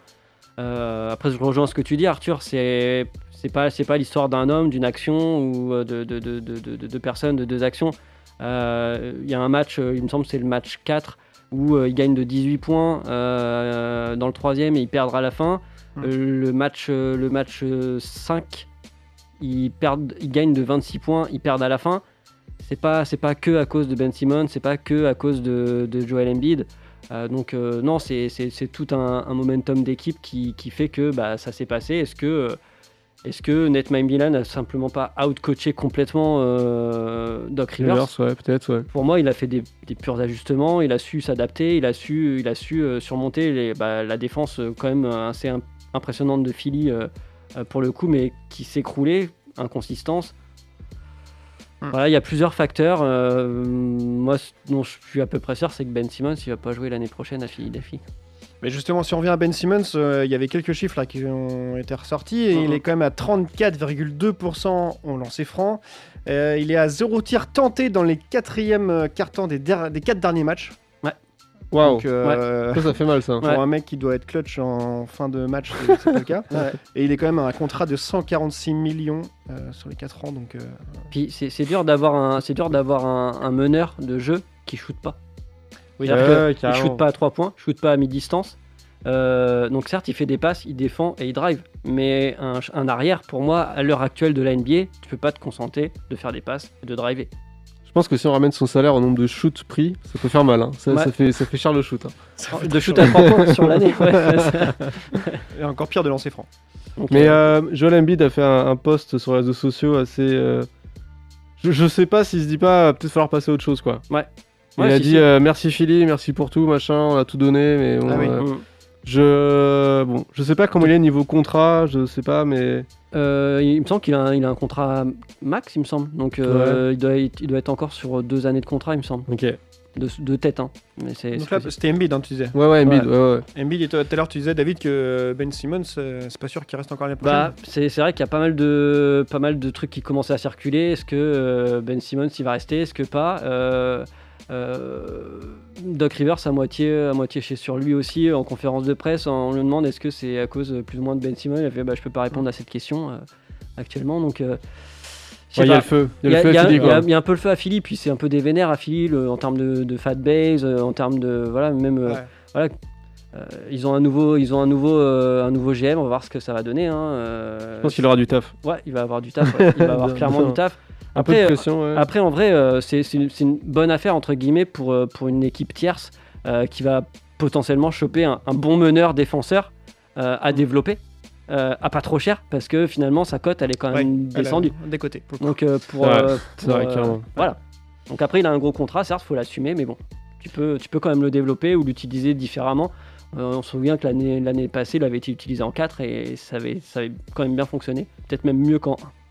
S6: Euh, après, je rejoins ce que tu dis, Arthur, c'est, c'est, pas, c'est pas l'histoire d'un homme, d'une action, ou de, de, de, de, de, de deux personnes, de deux actions. Il euh, y a un match, euh, il me semble que c'est le match quatre, où euh, il gagne de dix-huit points euh, dans le troisième et il perdra à la fin. Mmh. Euh, le match, euh, le match cinq, ils perdent, ils gagnent de vingt-six points, ils perdent à la fin. C'est pas, c'est pas que à cause de Ben Simmons, c'est pas que à cause de, de Joel Embiid. Euh, donc euh, non, c'est, c'est, c'est tout un, un momentum d'équipe qui, qui fait que bah, ça s'est passé. Est-ce que... Est-ce que Nate McMillan n'a simplement pas out-coaché complètement euh, Doc Rivers?
S5: Rivers, ouais, peut-être, ouais.
S6: Pour moi, il a fait des, des purs ajustements, il a su s'adapter, il a su, il a su euh, surmonter les, bah, la défense euh, quand même assez imp- impressionnante de Philly euh, euh, pour le coup, mais qui s'écroulait, inconsistance. Hum. Voilà, il y a plusieurs facteurs. Euh, moi, dont je suis à peu près sûr, c'est que Ben Simmons, il va pas jouer l'année prochaine à Philadelphie.
S4: Mais justement, si on revient à Ben Simmons, euh, il y avait quelques chiffres là qui ont été ressortis et mmh. il est quand même à trente-quatre virgule deux pour cent au lancer franc. Euh, il est à zéro tir tenté dans les quatrièmes cartons des, der- des quatre derniers matchs.
S6: Ouais.
S5: Waouh. Euh, ouais. Ça, ça fait mal ça.
S4: Pour ouais. un mec qui doit être clutch en fin de match, c'est, c'est pas le cas. Ouais. Et il est quand même à un contrat de cent quarante-six millions euh, sur les quatre ans. Donc, euh...
S6: Puis c'est, c'est dur d'avoir un, c'est dur d'avoir un, un meneur de jeu qui shoot pas. Oui,
S5: euh,
S6: il ne shoot pas à trois points, il ne shoot pas à mi-distance. Euh, donc certes, il fait des passes, il défend et il drive. Mais un, un arrière, pour moi, à l'heure actuelle de la N B A, tu ne peux pas te contenter de faire des passes et de driver.
S5: Je pense que si on ramène son salaire au nombre de shoots pris, ça peut faire mal. Hein. Ça, ouais. ça, fait, ça fait cher le shoot. Hein.
S6: Ça fait de shoot à trois points sur l'année. Ouais.
S4: Et encore pire de lancer franc.
S5: Okay. Mais euh, Joel Embiid a fait un, un post sur les réseaux sociaux assez... Euh... Je ne sais pas s'il se dit pas, peut-être falloir passer à autre chose, quoi.
S6: Ouais.
S5: Il
S6: ouais,
S5: a
S6: si,
S5: dit
S6: si.
S5: Euh, merci Philly, merci pour tout, machin, on a tout donné, mais bon,
S4: ah oui.
S5: euh, je bon, je sais pas comment il est niveau contrat, je sais pas, mais
S6: euh, il me semble qu'il a un, il a un contrat max, il me semble, donc euh, ouais. il, doit, il doit être encore sur deux années de contrat, il me semble.
S5: Ok.
S6: De, de tête, hein. Mais c'est,
S4: donc
S6: c'est
S4: là, c'était Embiid, hein, tu disais.
S5: Ouais, ouais, Embiid. Ouais. Ouais, ouais.
S4: Embiid, et tout à l'heure, tu disais, David, que Ben Simmons, c'est pas sûr qu'il reste encore l'année prochaine.
S6: Bah, c'est, c'est vrai qu'il y a pas mal de, pas mal de trucs qui commençaient à circuler. Est-ce que euh, Ben Simmons, il va rester? Est-ce que pas euh, euh, Doc Rivers, à moitié, à moitié chez sur lui aussi, en conférence de presse, on lui demande est-ce que c'est à cause plus ou moins de Ben Simmons. Il a fait bah, je peux pas répondre à cette question euh, actuellement. Donc. Euh,
S5: Il ouais, y a le feu. Il y, y, y,
S6: y, y a un peu le feu à Philly, puis c'est un peu des vénères à Philly le, en termes de, de fan base, euh, en termes de voilà même ouais. euh, voilà. Euh, ils ont un nouveau, ils ont un nouveau, euh, un nouveau G M. On va voir ce que ça va donner. Hein, euh,
S5: Je pense qu'il aura du taf.
S6: Ouais, il va avoir du taf. Ouais. Il va avoir clairement du taf.
S5: Après, un peu de pression, ouais.
S6: après en vrai, euh, c'est, c'est, une, c'est une bonne affaire entre guillemets pour euh, pour une équipe tierce euh, qui va potentiellement choper un, un bon meneur défenseur euh, à développer. Euh, à pas trop cher parce que finalement sa cote elle est quand même ouais, descendue
S4: des côtés pour
S6: donc euh, pour,
S5: ouais,
S6: euh, pour
S5: vrai,
S6: euh, voilà donc après il a un gros contrat certes faut l'assumer mais bon tu peux tu peux quand même le développer ou l'utiliser différemment Euh, on se souvient que l'année, l'année passée, il avait été utilisé en quatre et ça avait, ça avait quand même bien fonctionné. Peut-être même mieux qu'en un.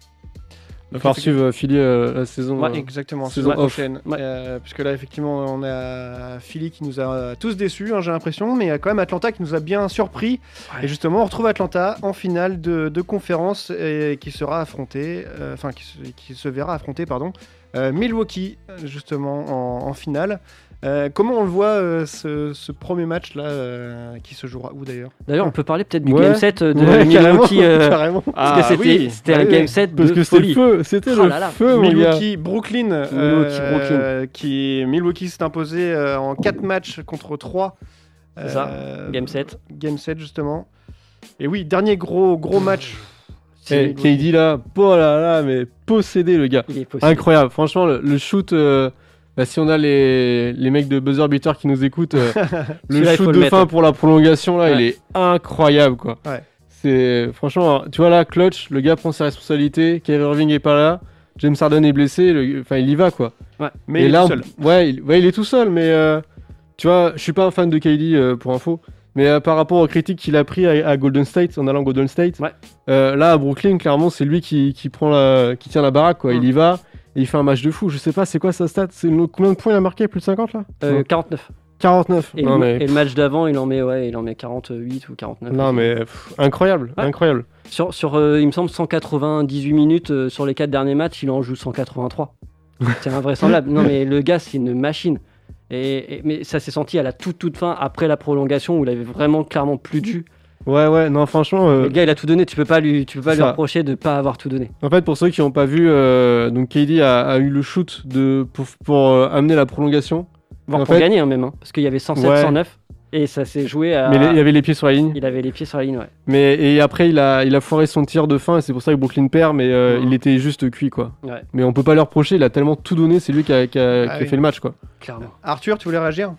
S5: Il va falloir suivre Philly euh, la saison.
S4: Ouais,
S5: euh,
S4: exactement,
S5: saison
S4: saison
S5: off.
S4: prochaine.
S6: Ouais.
S4: Euh, puisque là, effectivement, on a Philly qui nous a tous déçus, hein, j'ai l'impression, mais il y a quand même Atlanta qui nous a bien surpris.
S6: Ouais.
S4: Et justement, on retrouve Atlanta en finale de, de conférence et qui sera affronté, euh, enfin, qui, se- qui se verra affronter, pardon, euh, Milwaukee, justement, en, en finale. Euh, comment on le voit, euh, ce, ce premier match là, euh, qui se jouera où d'ailleurs?
S6: D'ailleurs, on peut parler peut-être du
S5: Ouais.
S6: game set de
S5: Ouais,
S6: Milwaukee. euh,
S4: carrément.
S6: Parce que
S4: Ah,
S6: c'était,
S4: oui.
S6: c'était
S4: Ah
S6: un
S4: oui,
S6: game
S4: oui.
S6: set
S5: Parce
S6: de
S5: que c'était
S6: folie.
S5: le feu, c'était
S6: Oh
S5: le
S6: là là.
S5: feu, mon gars.
S4: Milwaukee, Brooklyn, euh,
S6: Milwaukee, Brooklyn.
S4: euh, qui Milwaukee s'est imposé euh, en quatre matchs contre trois.
S6: C'est ça, game set.
S4: Game set justement. Et oui, dernier gros gros match.
S5: Eh, K D là, oh là là, mais possédé le gars.
S6: Il est possible.
S5: Incroyable, franchement, le, le shoot. euh, bah, si on a les, les mecs de Buzzer Beater qui nous écoutent, euh, le
S6: Celui-là, il faut
S5: shoot
S6: le
S5: de
S6: mettre.
S5: fin pour la prolongation là,
S6: Ouais.
S5: il est incroyable quoi.
S4: Ouais.
S5: C'est franchement, tu vois là, clutch, le gars prend ses responsabilités. Kyrie Irving est pas là, James Harden est blessé, le- enfin il y va quoi.
S6: Ouais.
S4: Mais
S5: Et
S4: il est
S5: là,
S4: tout seul.
S5: on- ouais, il, ouais, il est tout seul, mais euh, tu vois, je suis pas un fan de K D euh, pour info, mais euh, par rapport aux critiques qu'il a pris à, à Golden State, en allant à Golden State,
S6: Ouais.
S5: euh, là à Brooklyn, clairement, c'est lui qui, qui prend la, qui tient la baraque quoi.
S6: Mm.
S5: Il y va et il fait un match de fou. Je sais pas, c'est quoi sa stat? C'est le- combien de points il a marqué? Plus de cinquante là?
S6: Euh,
S5: Non.
S6: quarante-neuf.
S5: quarante-neuf.
S6: Et,
S5: non
S6: le,
S5: mais,
S6: et le match d'avant, il en met, ouais, il en met quarante-huit ou quarante-neuf.
S5: non mais pff, incroyable,
S6: Ouais.
S5: incroyable.
S6: Sur, sur euh, il me semble, cent quatre-vingt-dix-huit minutes euh, sur les quatre derniers matchs, il en joue cent quatre-vingt-trois. C'est invraisemblable. Non, mais le gars, c'est une machine. Et, et- mais ça s'est senti à la toute, toute fin, après la prolongation, où il avait vraiment clairement plus de jus.
S5: Ouais ouais, non franchement. euh,
S6: Le gars, il a tout donné. Tu peux pas lui, tu peux pas lui
S5: ça.
S6: reprocher de pas avoir tout donné.
S5: En fait, pour ceux qui n'ont pas vu, euh, donc K D a, a eu le shoot de, pour, pour euh, amener la prolongation.
S6: Voire
S5: En
S6: pour
S5: fait-
S6: gagner, hein, même. hein, parce qu'il y avait cent sept,
S5: Ouais.
S6: cent neuf. Et ça s'est joué à.
S5: Mais les- il avait les pieds sur la ligne.
S6: Il avait les pieds sur la ligne, ouais.
S5: Mais et après il a il a foiré son tir de fin et c'est pour ça que Brooklyn perd, mais euh,
S6: Mhm.
S5: il était juste cuit quoi.
S6: Ouais,
S5: Mais on peut pas le reprocher, il a tellement tout donné, c'est lui qui a, qui a-
S4: Ah
S5: qui a
S4: oui.
S5: fait le match quoi.
S6: clairement.
S4: Arthur, tu voulais réagir?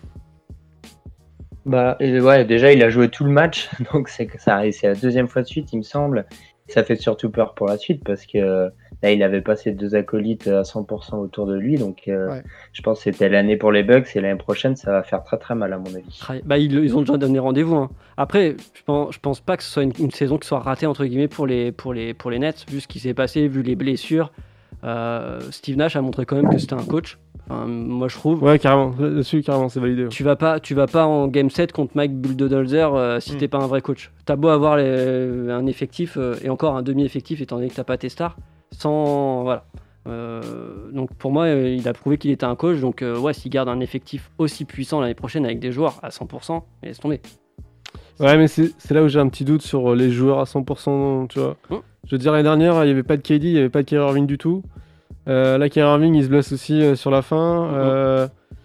S7: Bah, et ouais, déjà, il a joué tout le match, donc c'est que ça arrive, c'est la deuxième fois de suite, il me semble. Ça fait surtout peur pour la suite parce que euh, là, il avait pas ses deux acolytes à cent pour cent autour de lui, donc euh,
S4: Ouais.
S7: je pense que c'était l'année pour les Bucks et l'année prochaine, ça va faire très très mal à mon avis.
S6: Tra- Bah, ils, ils ont déjà donné rendez-vous. hein. Après, je pense, je pense pas que ce soit une, une saison qui soit ratée entre guillemets pour les, pour les, pour les Nets, vu ce qui s'est passé, vu les blessures. Euh, Steve Nash a montré quand même que c'était un coach. Enfin, moi, je trouve.
S5: Ouais carrément, là-dessus carrément c'est validé. ouais.
S6: Tu vas pas, tu vas pas en game set contre Mike Budenholzer euh, si
S4: Mm.
S6: t'es pas un vrai coach. T'as beau avoir les- un effectif euh, et encore un demi-effectif étant donné que t'as pas tes stars, sans voilà. Euh, donc pour moi, euh, il a prouvé qu'il était un coach. Donc euh, ouais, s'il garde un effectif aussi puissant l'année prochaine avec des joueurs à cent pour cent, laisse tomber.
S5: Ouais mais c'est c'est là où j'ai un petit doute sur les joueurs à cent pour cent, tu vois.
S6: Hmm.
S5: Je veux dire l'année dernière, il y avait pas de K D, il y avait pas de Kyrie Irving du tout. Euh, là Kyrie Irving il se blesse aussi euh, sur la fin.
S6: Hmm.
S5: Euh,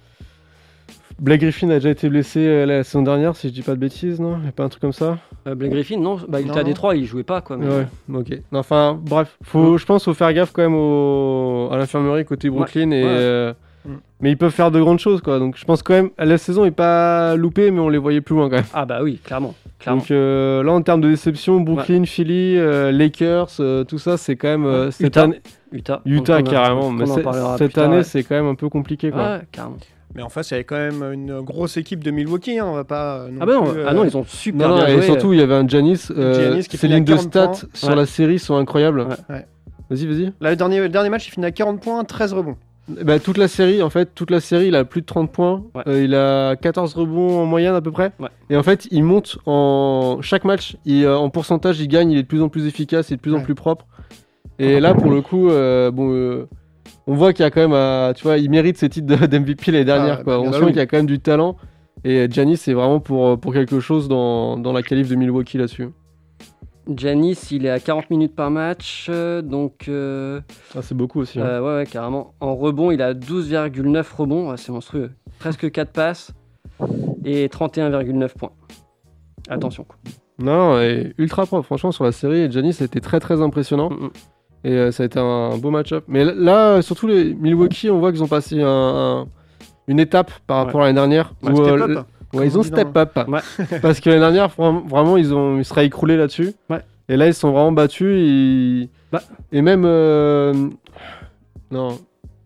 S5: Blake Griffin a déjà été blessé euh, la saison dernière si je dis pas de bêtises, non? Il y a pas un truc comme ça?
S6: Euh, Blake Griffin, non, bah, il
S4: Non,
S6: était à
S4: non.
S6: Détroit, il jouait pas quoi. mais-
S5: Ouais, ok. Non, Enfin, bref, faut, je pense qu'il faut faire gaffe quand même au, à l'infirmerie côté Brooklyn. Et,
S6: ouais.
S5: euh,
S4: Mm.
S5: mais ils peuvent faire de grandes choses, quoi. Donc je pense quand même, la saison est pas loupée, mais on les voyait plus loin quand même.
S6: Ah bah oui, clairement, clairement.
S5: Donc euh, là, en termes de déception, Brooklyn, Philly, euh, Lakers, euh, tout ça, c'est quand même euh, cette
S6: Utah.
S5: année.
S6: Utah,
S5: Utah,
S6: on- on en-
S5: carrément.
S6: on
S5: Mais
S6: en
S5: c'est-
S6: parlera
S5: cette
S6: plus tard,
S5: année,
S6: ouais.
S5: c'est quand même un peu compliqué, quoi.
S6: Ouais, carrément.
S4: Mais en face, il y avait quand même une grosse équipe de Milwaukee, hein, on va pas. euh, non
S6: Ah bah non,
S4: plus,
S6: ah non,
S4: euh,
S6: ils ont super
S5: Non, non,
S6: bien
S5: et
S6: joué.
S5: surtout, il y avait un Giannis. euh,
S4: Giannis qui
S5: ses
S4: finit à
S5: lignes de
S4: quarante
S5: stats
S4: points.
S5: sur
S6: Ouais.
S5: la série sont incroyables.
S6: Ouais.
S4: Ouais.
S5: Vas-y, vas-y.
S4: Là, le dernier, le dernier match, il finit à quarante points, treize rebonds.
S5: Bah, toute la série, en fait, toute la série, il a plus de trente points.
S6: Ouais.
S5: Euh, il a quatorze rebonds en moyenne à peu près.
S6: Ouais.
S5: Et en fait, il monte en chaque match. Il, euh, en pourcentage, il gagne. Il est de plus en plus efficace. Il est de plus en
S4: Ouais.
S5: plus propre. Et là, pour le coup, euh, bon, euh, on voit qu'il y a quand même, euh, tu vois, il mérite ses titres de- d'M V P l'année dernière.
S4: Ah,
S5: quoi.
S4: bah,
S5: On
S4: bien
S5: sent
S4: sûr, oui.
S5: qu'il y a quand même du talent. Et Giannis, c'est vraiment pour, pour quelque chose dans, dans la qualif de Milwaukee là-dessus.
S6: Giannis, il est à quarante minutes par match, euh, donc euh,
S5: Ah, c'est beaucoup aussi. hein.
S6: euh, ouais, ouais, carrément. En rebond, il a douze virgule neuf rebonds, ouais, c'est monstrueux. Presque quatre passes et trente et un virgule neuf points. Attention, quoi.
S5: Non, et ultra propre. Franchement, sur la série, Giannis a été très très impressionnant.
S6: Mm, mm.
S5: Et euh, ça a été un, un beau match-up. Mais l- là, surtout les Milwaukee, on voit qu'ils ont passé un, un- une étape par rapport à l'année dernière.
S4: Ouais,
S5: où,
S4: step
S5: euh,
S4: up,
S5: l-
S4: hein,
S5: ouais,
S4: comme
S5: ils
S4: on
S5: ont
S4: dit
S5: step
S4: dans-
S5: up.
S6: Ouais.
S5: Parce que l'année dernière, vra- vraiment, ils, ont, ils seraient écroulés là-dessus.
S6: Ouais.
S5: Et là, ils se sont vraiment battus. Et,
S6: Bah.
S5: et même. euh, Non.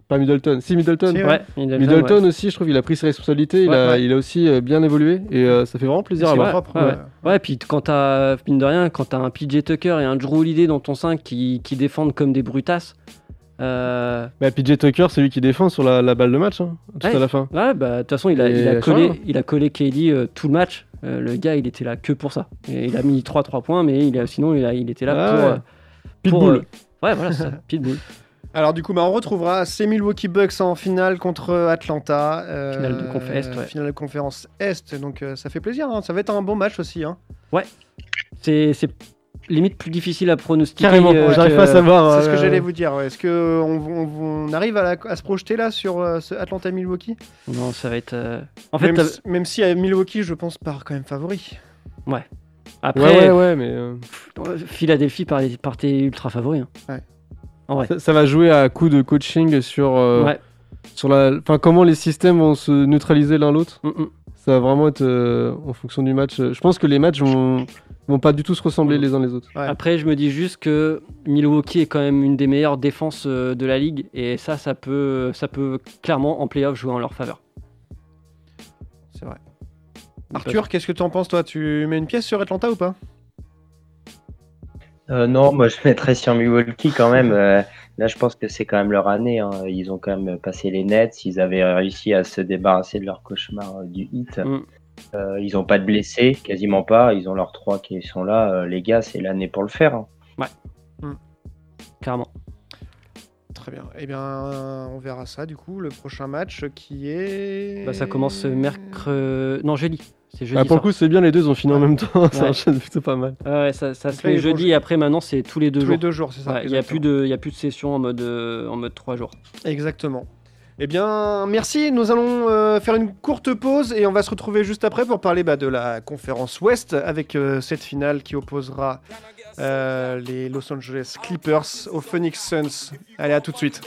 S5: Pas Middleton. Si, Middleton.
S6: Si, ouais. Middleton,
S5: Middleton
S6: ouais.
S5: aussi, je trouve, il a pris ses responsabilités. Il,
S6: Ouais,
S5: a,
S6: ouais.
S5: il a aussi euh, bien évolué. Et euh, ça fait vraiment plaisir à voir.
S6: Propre, ouais, ouais. ouais, puis quand t'as, mine de rien, quand t'as un P J Tucker et un Drew Holiday dans ton cinq qui, qui défendent comme des brutasses. Euh...
S5: Bah, P J Tucker, c'est lui qui défend sur la, la balle de match, hein, tout
S6: ouais.
S5: à la fin.
S6: Ouais, bah, de toute façon, il a, il, a collé, il a collé K D euh, tout le match. Euh, le gars, il était là que pour ça. Et il a mis trois trois points, mais il a, sinon, il, a, il était là
S4: ah,
S6: pour.
S4: Ouais.
S6: Euh,
S4: Pitbull.
S6: Euh, ouais, voilà, c'est ça, Pitbull.
S4: Alors du coup, bah, on retrouvera ces Milwaukee Bucks en finale contre Atlanta. Euh,
S6: finale de conf Est, ouais.
S4: Finale de conférence Est, donc euh, ça fait plaisir. Hein. Ça va être un bon match aussi. Hein.
S6: Ouais, c'est, c'est limite plus difficile à pronostiquer.
S5: Carrément,
S6: euh,
S5: j'arrive
S6: que...
S5: pas à savoir.
S4: C'est ce que
S5: euh...
S4: j'allais vous dire. Ouais. Est-ce qu'on on, on arrive à, la, à se projeter là sur euh, ce Atlanta-Milwaukee ?
S6: Non, ça va être... Euh... En fait,
S4: même, si, même si à Milwaukee, je pense, part quand même favori.
S6: Ouais. Après,
S5: ouais, ouais, ouais, mais... Euh...
S6: Philadelphie partait ultra favori. Hein.
S4: Ouais.
S6: Ouais.
S5: Ça, ça va jouer à coup de coaching sur, euh,
S6: ouais.
S5: sur la, enfin comment les systèmes vont se neutraliser l'un l'autre.
S6: Mm-mm.
S5: Ça va vraiment être euh, en fonction du match. Je pense que les matchs vont, vont pas du tout se ressembler mm. les uns les autres.
S6: Ouais. Après, je me dis juste que Milwaukee est quand même une des meilleures défenses de la ligue et ça, ça peut, ça peut clairement en play-off jouer en leur faveur.
S4: C'est vrai. Arthur, qu'est-ce que tu en penses toi ? Tu mets une pièce sur Atlanta ou pas ?
S7: Euh, non, moi je mettrais sur Milwaukee quand même. Euh, là, je pense que c'est quand même leur année. Hein. Ils ont quand même passé les Nets. Ils avaient réussi à se débarrasser de leur cauchemar euh, du Heat. Mm. Euh, ils n'ont pas de blessés, quasiment pas. Ils ont leurs trois qui sont là. Euh, les gars, c'est l'année pour le faire. Hein.
S6: Ouais, mm. Carrément.
S4: Très bien. Eh bien, on verra ça du coup. Le prochain match qui est.
S6: Bah, ça commence mercredi. Non, jeudi. C'est jeudi
S5: ah, pour le coup, c'est bien, les deux ont fini en même temps.
S6: Ouais.
S5: Ça enchaîne plutôt pas mal.
S6: Ouais, ça, ça se fait jeudi et après, maintenant, c'est tous les deux
S4: tous
S6: jours.
S4: Tous les deux jours, c'est ça.
S6: Il n'y a plus de, il y a plus de session en mode, euh, en mode trois jours.
S4: Exactement. Eh bien, merci. Nous allons euh, faire une courte pause et on va se retrouver juste après pour parler bah, de la conférence Ouest avec euh, cette finale qui opposera euh, les Los Angeles Clippers aux Phoenix Suns. Allez, à tout de suite.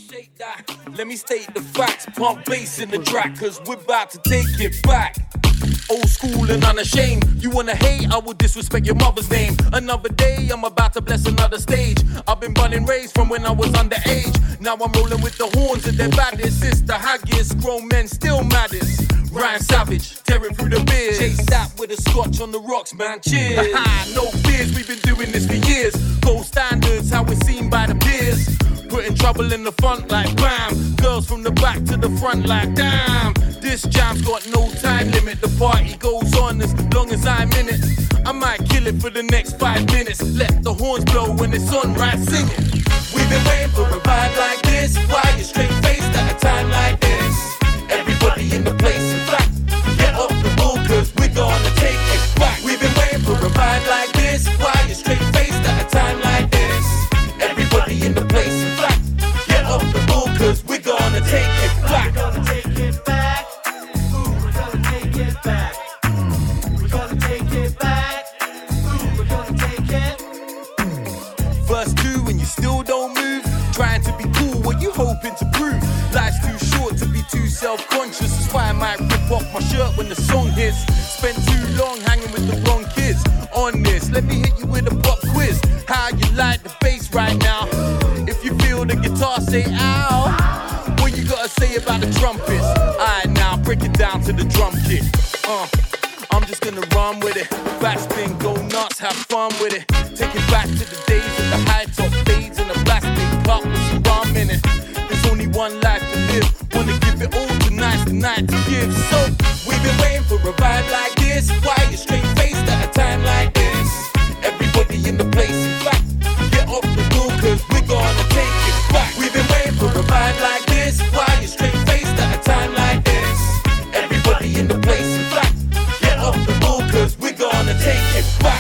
S11: Let me state the facts, pump bass in the track, cause we're about to take it back. Old school and unashamed. You wanna hate, I will disrespect your mother's name. Another day, I'm about to bless another stage. I've been born and raised from when I was underage. Now I'm rolling with the horns of their baddest. It's the haggiest, grown men still maddest. Ryan Savage, tearing through the beers. Chase that with a scotch on the rocks, man, cheers. No fears, we've been doing this for years. Gold standards, how it's seen by the peers. Putting trouble in the front like bam. Girls from the back to the front like damn. This jam's got no time limit. The party goes on as long as I'm in it. I might kill it for the next five minutes. Let the horns blow when it's on, right, sing it. We've been waiting for a vibe like this. Why you straight faced at a time like this? Everybody in the place, in fact, get off the bull cause we're gonna take it back. We've been waiting for a vibe like this. Why you straight faced at a time like this? Everybody in the place, in fact, get off the bull cause we're gonna take it back. We're gonna take it back. Ooh, we're gonna take it back. We're gonna take it back. Ooh, we're gonna take it. Verse two and you still don't move. Trying to be cool, what you hoping to prove? Life's too short to be too self-conscious. That's why I might rip off my shirt when the song hits. Spent too long hanging with the wrong kids. On this, let me hit you with a pop quiz. How you like the bass right now? If you feel the guitar, say ow. What you gotta say about the trumpets? Alright now, break it down to the drum kit. Uh, I'm just gonna run with it. Backspin, go nuts, have fun with it. Take it back to the days of the high top fades and the plastic cup with some rum in it. There's only one life to live. Wanna give it all tonight's the night to give. So we've been waiting for a vibe like this. Why you straight faced at a time like this? Everybody in the place, in fact, get off the bull cause we're gonna take it back. We've been waiting for a vibe like this. Why you straight faced at a time like this? Everybody in the place, in fact, get off the bull cause we're gonna take it back.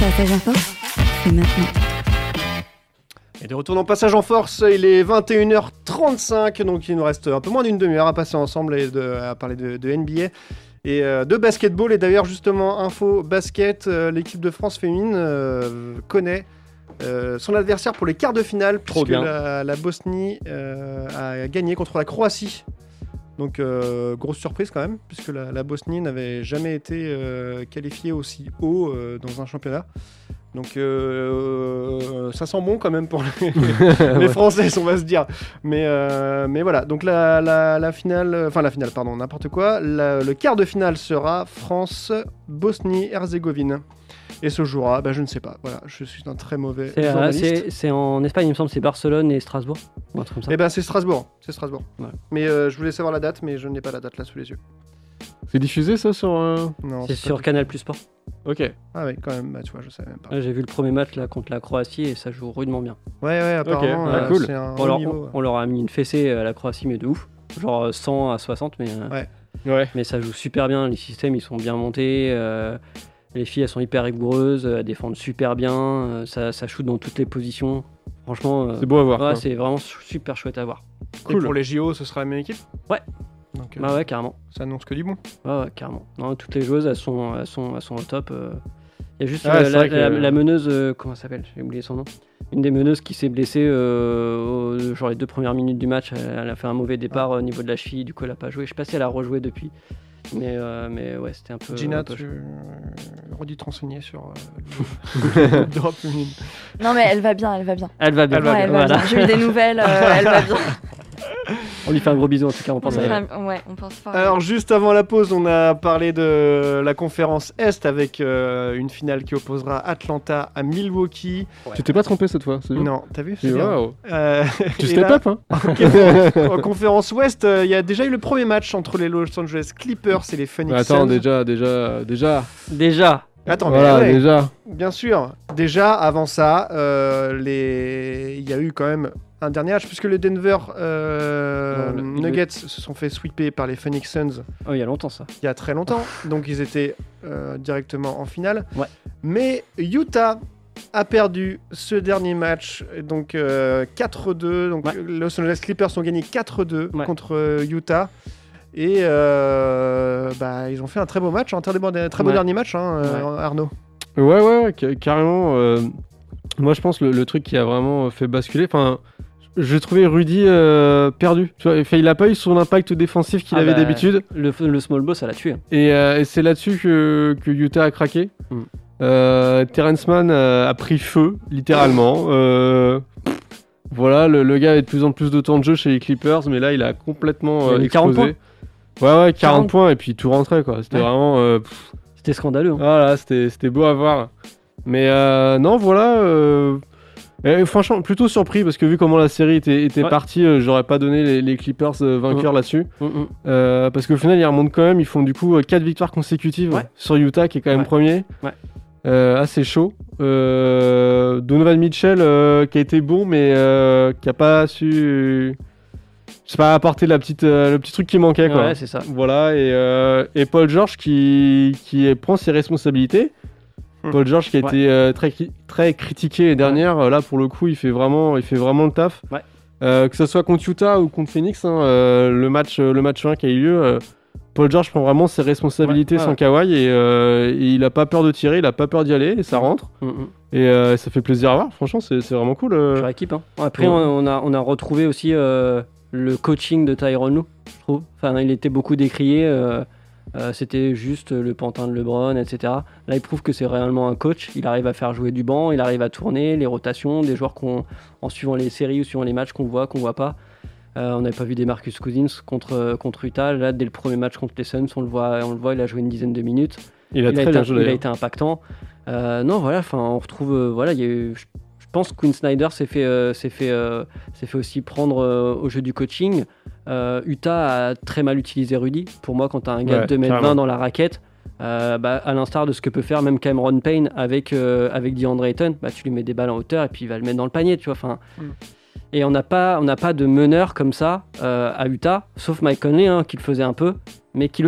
S3: Passage en force, c'est maintenant.
S4: Et de retour dans Passage en Force, il est vingt et une heures trente-cinq, donc il nous reste un peu moins d'une demi-heure à passer ensemble et de, à parler de, de N B A et euh, de basketball. Et d'ailleurs, justement, info basket, euh, l'équipe de France féminine euh, connaît euh, son adversaire pour les quarts de finale,
S6: Trop
S4: puisque
S6: bien.
S4: la, la Bosnie euh, a gagné contre la Croatie. Donc, euh, grosse surprise quand même, puisque la, la Bosnie n'avait jamais été euh, qualifiée aussi haut euh, dans un championnat. Donc euh, ça sent bon quand même pour les, les
S5: Ouais.
S4: Françaises, on va se dire. Mais, euh, mais voilà, donc la, la, la finale, enfin la finale, pardon, n'importe quoi. La- le quart de finale sera France-Bosnie-Herzégovine. Et se jouera, bah, je ne sais pas. Voilà, je suis un très mauvais
S6: C'est, euh,
S4: journaliste.
S6: c'est, c'est en Espagne, il me semble, c'est Barcelone et Strasbourg. Ou un truc comme ça.
S4: Eh ben c'est Strasbourg, c'est Strasbourg.
S6: Ouais.
S4: Mais euh, je voulais savoir la date, mais je n'ai pas la date là sous les yeux.
S5: C'est diffusé ça sur. euh,
S4: Non,
S6: C'est
S4: pas
S6: sur
S4: du-
S6: Canal Plus Sport.
S5: Ok.
S4: Ah oui, quand même, bah tu vois, je savais même pas.
S6: Ouais, j'ai vu le premier match là contre la Croatie et ça joue rudement bien.
S4: Ouais, ouais, apparemment,
S5: Ok,
S4: euh,
S5: cool.
S4: c'est un
S6: On
S4: haut
S6: leur,
S4: niveau.
S6: on leur a mis une fessée à la Croatie, mais de ouf. Genre euh, cent à soixante, mais, euh,
S4: Ouais.
S5: Ouais.
S6: mais ça joue super bien. Les systèmes ils sont bien montés. euh, les filles elles sont hyper rigoureuses, elles défendent super bien. euh, ça, ça shoot dans toutes les positions. Franchement, euh,
S5: C'est beau à voir.
S6: ouais,
S5: quoi.
S6: c'est vraiment super chouette à voir.
S4: Et pour les J O, ce sera la même équipe
S6: Ouais.
S4: Donc, euh,
S6: Bah ouais, carrément.
S4: ça annonce que du bon.
S6: Ouais, ouais, carrément. Non, toutes les joueuses elles sont, elles sont, elles sont au top. euh. Il y a juste
S5: Ah,
S6: euh,
S5: c'est
S6: la,
S5: vrai que-
S6: la- la meneuse, euh, comment elle s'appelle? J'ai oublié son nom. Une des meneuses qui s'est blessée, euh, au- genre les deux premières minutes du match, elle, elle a fait un mauvais départ au niveau de la cheville, du coup elle a pas joué. Je sais pas si elle a rejoué depuis, mais, euh, mais ouais, c'était un peu.
S4: Gina,
S6: un peu
S4: tu
S6: chaud.
S4: euh, redis te renseigner sur euh, le groupe d'Europe féminine.
S10: Non, mais elle va bien, elle va bien.
S6: Elle va bien.
S10: Ouais, elle va
S6: voilà.
S10: bien. J'ai eu des nouvelles, euh, elle va bien.
S6: On lui fait un gros bisou en tout cas, on pense
S10: On
S6: à elle.
S10: va- Ouais, on pense fort.
S4: Alors, juste avant la pause, on a parlé de la conférence Est avec euh, une finale qui opposera Atlanta à Milwaukee.
S5: Tu t'es pas trompé cette fois, c'est bien.
S4: Non, t'as vu?
S5: Et
S4: C'est bien.
S5: waouh.
S4: Euh,
S5: Tu
S4: et
S5: step
S4: là,
S5: up, hein.
S4: En conférence Ouest, euh, il y a déjà eu le premier match entre les Los Angeles Clippers et les Phoenix
S5: Mais attends,
S4: Suns.
S5: déjà, déjà, déjà.
S6: Déjà.
S4: Attends,
S5: Voilà,
S4: mais ouais,
S5: déjà.
S4: bien sûr. Déjà, avant ça, euh, les... il y a eu quand même un dernier match, puisque les Denver euh,
S6: Non, le-
S4: Nuggets se sont fait sweeper par les Phoenix Suns
S6: Oh, il y a longtemps ça.
S4: il y a très longtemps. Donc, ils étaient euh, directement en finale.
S6: Ouais.
S4: Mais Utah a perdu ce dernier match, donc euh, quatre deux. Donc,
S6: Ouais.
S4: les Los Angeles Clippers ont gagné quatre deux
S6: Ouais.
S4: contre euh, Utah. Et euh, bah, ils ont fait un très beau match, un très beau, très beau
S6: Ouais.
S4: dernier match, hein, euh, Arnaud.
S5: Ouais, ouais, ouais, ca- carrément. euh, Moi, je pense le, le truc qui a vraiment fait basculer. Enfin, j'ai trouvé Rudy euh, perdu. Tu vois, enfin, il a pas eu son impact défensif qu'il
S6: Ah
S5: avait
S6: bah,
S5: d'habitude.
S6: Le, le small ball ça l'a tué.
S5: Et, euh, et c'est là-dessus que, que Utah a craqué.
S6: Mm.
S5: Euh, Terrence Mann euh, a pris feu, littéralement. Euh, voilà, le, le gars avait de plus en plus de temps de jeu chez les Clippers, mais là, il a complètement
S6: Il a
S5: euh,
S6: mis quarante
S5: explosé. Ouais, ouais, quarante,
S6: quarante.
S5: points, et puis tout rentrait, quoi. C'était
S6: Ouais.
S5: vraiment... euh, pff,
S6: C'était scandaleux. hein.
S5: voilà, c'était c'était beau à voir. Mais euh, non, voilà... euh, et franchement, plutôt surpris, parce que vu comment la série était, était
S6: Ouais.
S5: partie, euh, j'aurais pas donné les, les Clippers euh, vainqueurs là-dessus.
S6: Mm, mm.
S5: Euh, parce qu'au final, ils remontent quand même. Ils font du coup quatre victoires consécutives
S6: Ouais.
S5: sur Utah, qui est quand même
S6: Ouais.
S5: premier.
S6: Ouais.
S5: Euh, assez chaud. Euh, Donovan Mitchell, euh, qui a été bon, mais euh, qui a pas su. Je sais pas, apporter la petite, euh, le petit truc qui manquait, quoi.
S6: Ouais, c'est ça.
S5: Voilà, et, euh, et Paul George qui, qui prend ses responsabilités.
S4: Hmm.
S5: Paul George qui a
S6: Ouais.
S5: été euh, très, cri- très critiqué les dernières, euh, là pour le coup il fait vraiment, il fait vraiment le taf.
S6: Ouais.
S5: Euh, que ce soit contre Utah ou contre Phoenix, hein, euh, le, match, le match un qui a eu lieu, euh, Paul George prend vraiment ses responsabilités
S6: Ouais, ouais,
S5: sans
S6: ouais.
S5: Kawhi et, euh, et il a pas peur de tirer, il a pas peur d'y aller et ça rentre.
S6: Mm, mm.
S5: Et euh, ça fait plaisir à voir, franchement c'est c'est vraiment cool. euh.
S6: Sur équipe. Hein. Après,
S5: Ouais.
S6: on, on a, on a retrouvé aussi euh, le coaching de Tyronn Lue, je trouve. Enfin, il était beaucoup décrié. euh, euh, C'était juste le pantin de LeBron, et cetera. Là, il prouve que c'est réellement un coach. Il arrive à faire jouer du banc, il arrive à tourner les rotations, des joueurs qu'on, en suivant les séries ou suivant les matchs qu'on voit, qu'on voit pas. Euh, on n'avait pas vu des Marcus Cousins contre, contre Utah. Là, dès le premier match contre les Suns, on le voit, on le voit il a joué une dizaine de minutes.
S5: Il a
S6: il,
S5: très
S6: a
S5: bien
S6: été,
S5: joué
S6: il a
S5: d'ailleurs.
S6: été impactant. Euh, non, voilà, enfin, on retrouve, euh, voilà, il y a eu, je, je pense que Quinn Snyder s'est fait, euh, s'est fait, euh, s'est fait aussi prendre euh, au jeu du coaching. Euh, Utah a très mal utilisé Rudy. Pour moi, quand tu as un gars
S5: Ouais,
S6: de deux mètres vingt
S5: carrément.
S6: dans la raquette, euh, bah, à l'instar de ce que peut faire même Cameron Payne avec, euh, avec DeAndre Ayton, bah, tu lui mets des balles en hauteur et puis il va le mettre dans le panier, tu vois. Enfin,
S4: Mm.
S6: Et on n'a pas, on n'a pas de meneur comme ça euh, à Utah, sauf Mike Conley hein, qui le faisait un peu, mais qui le fait.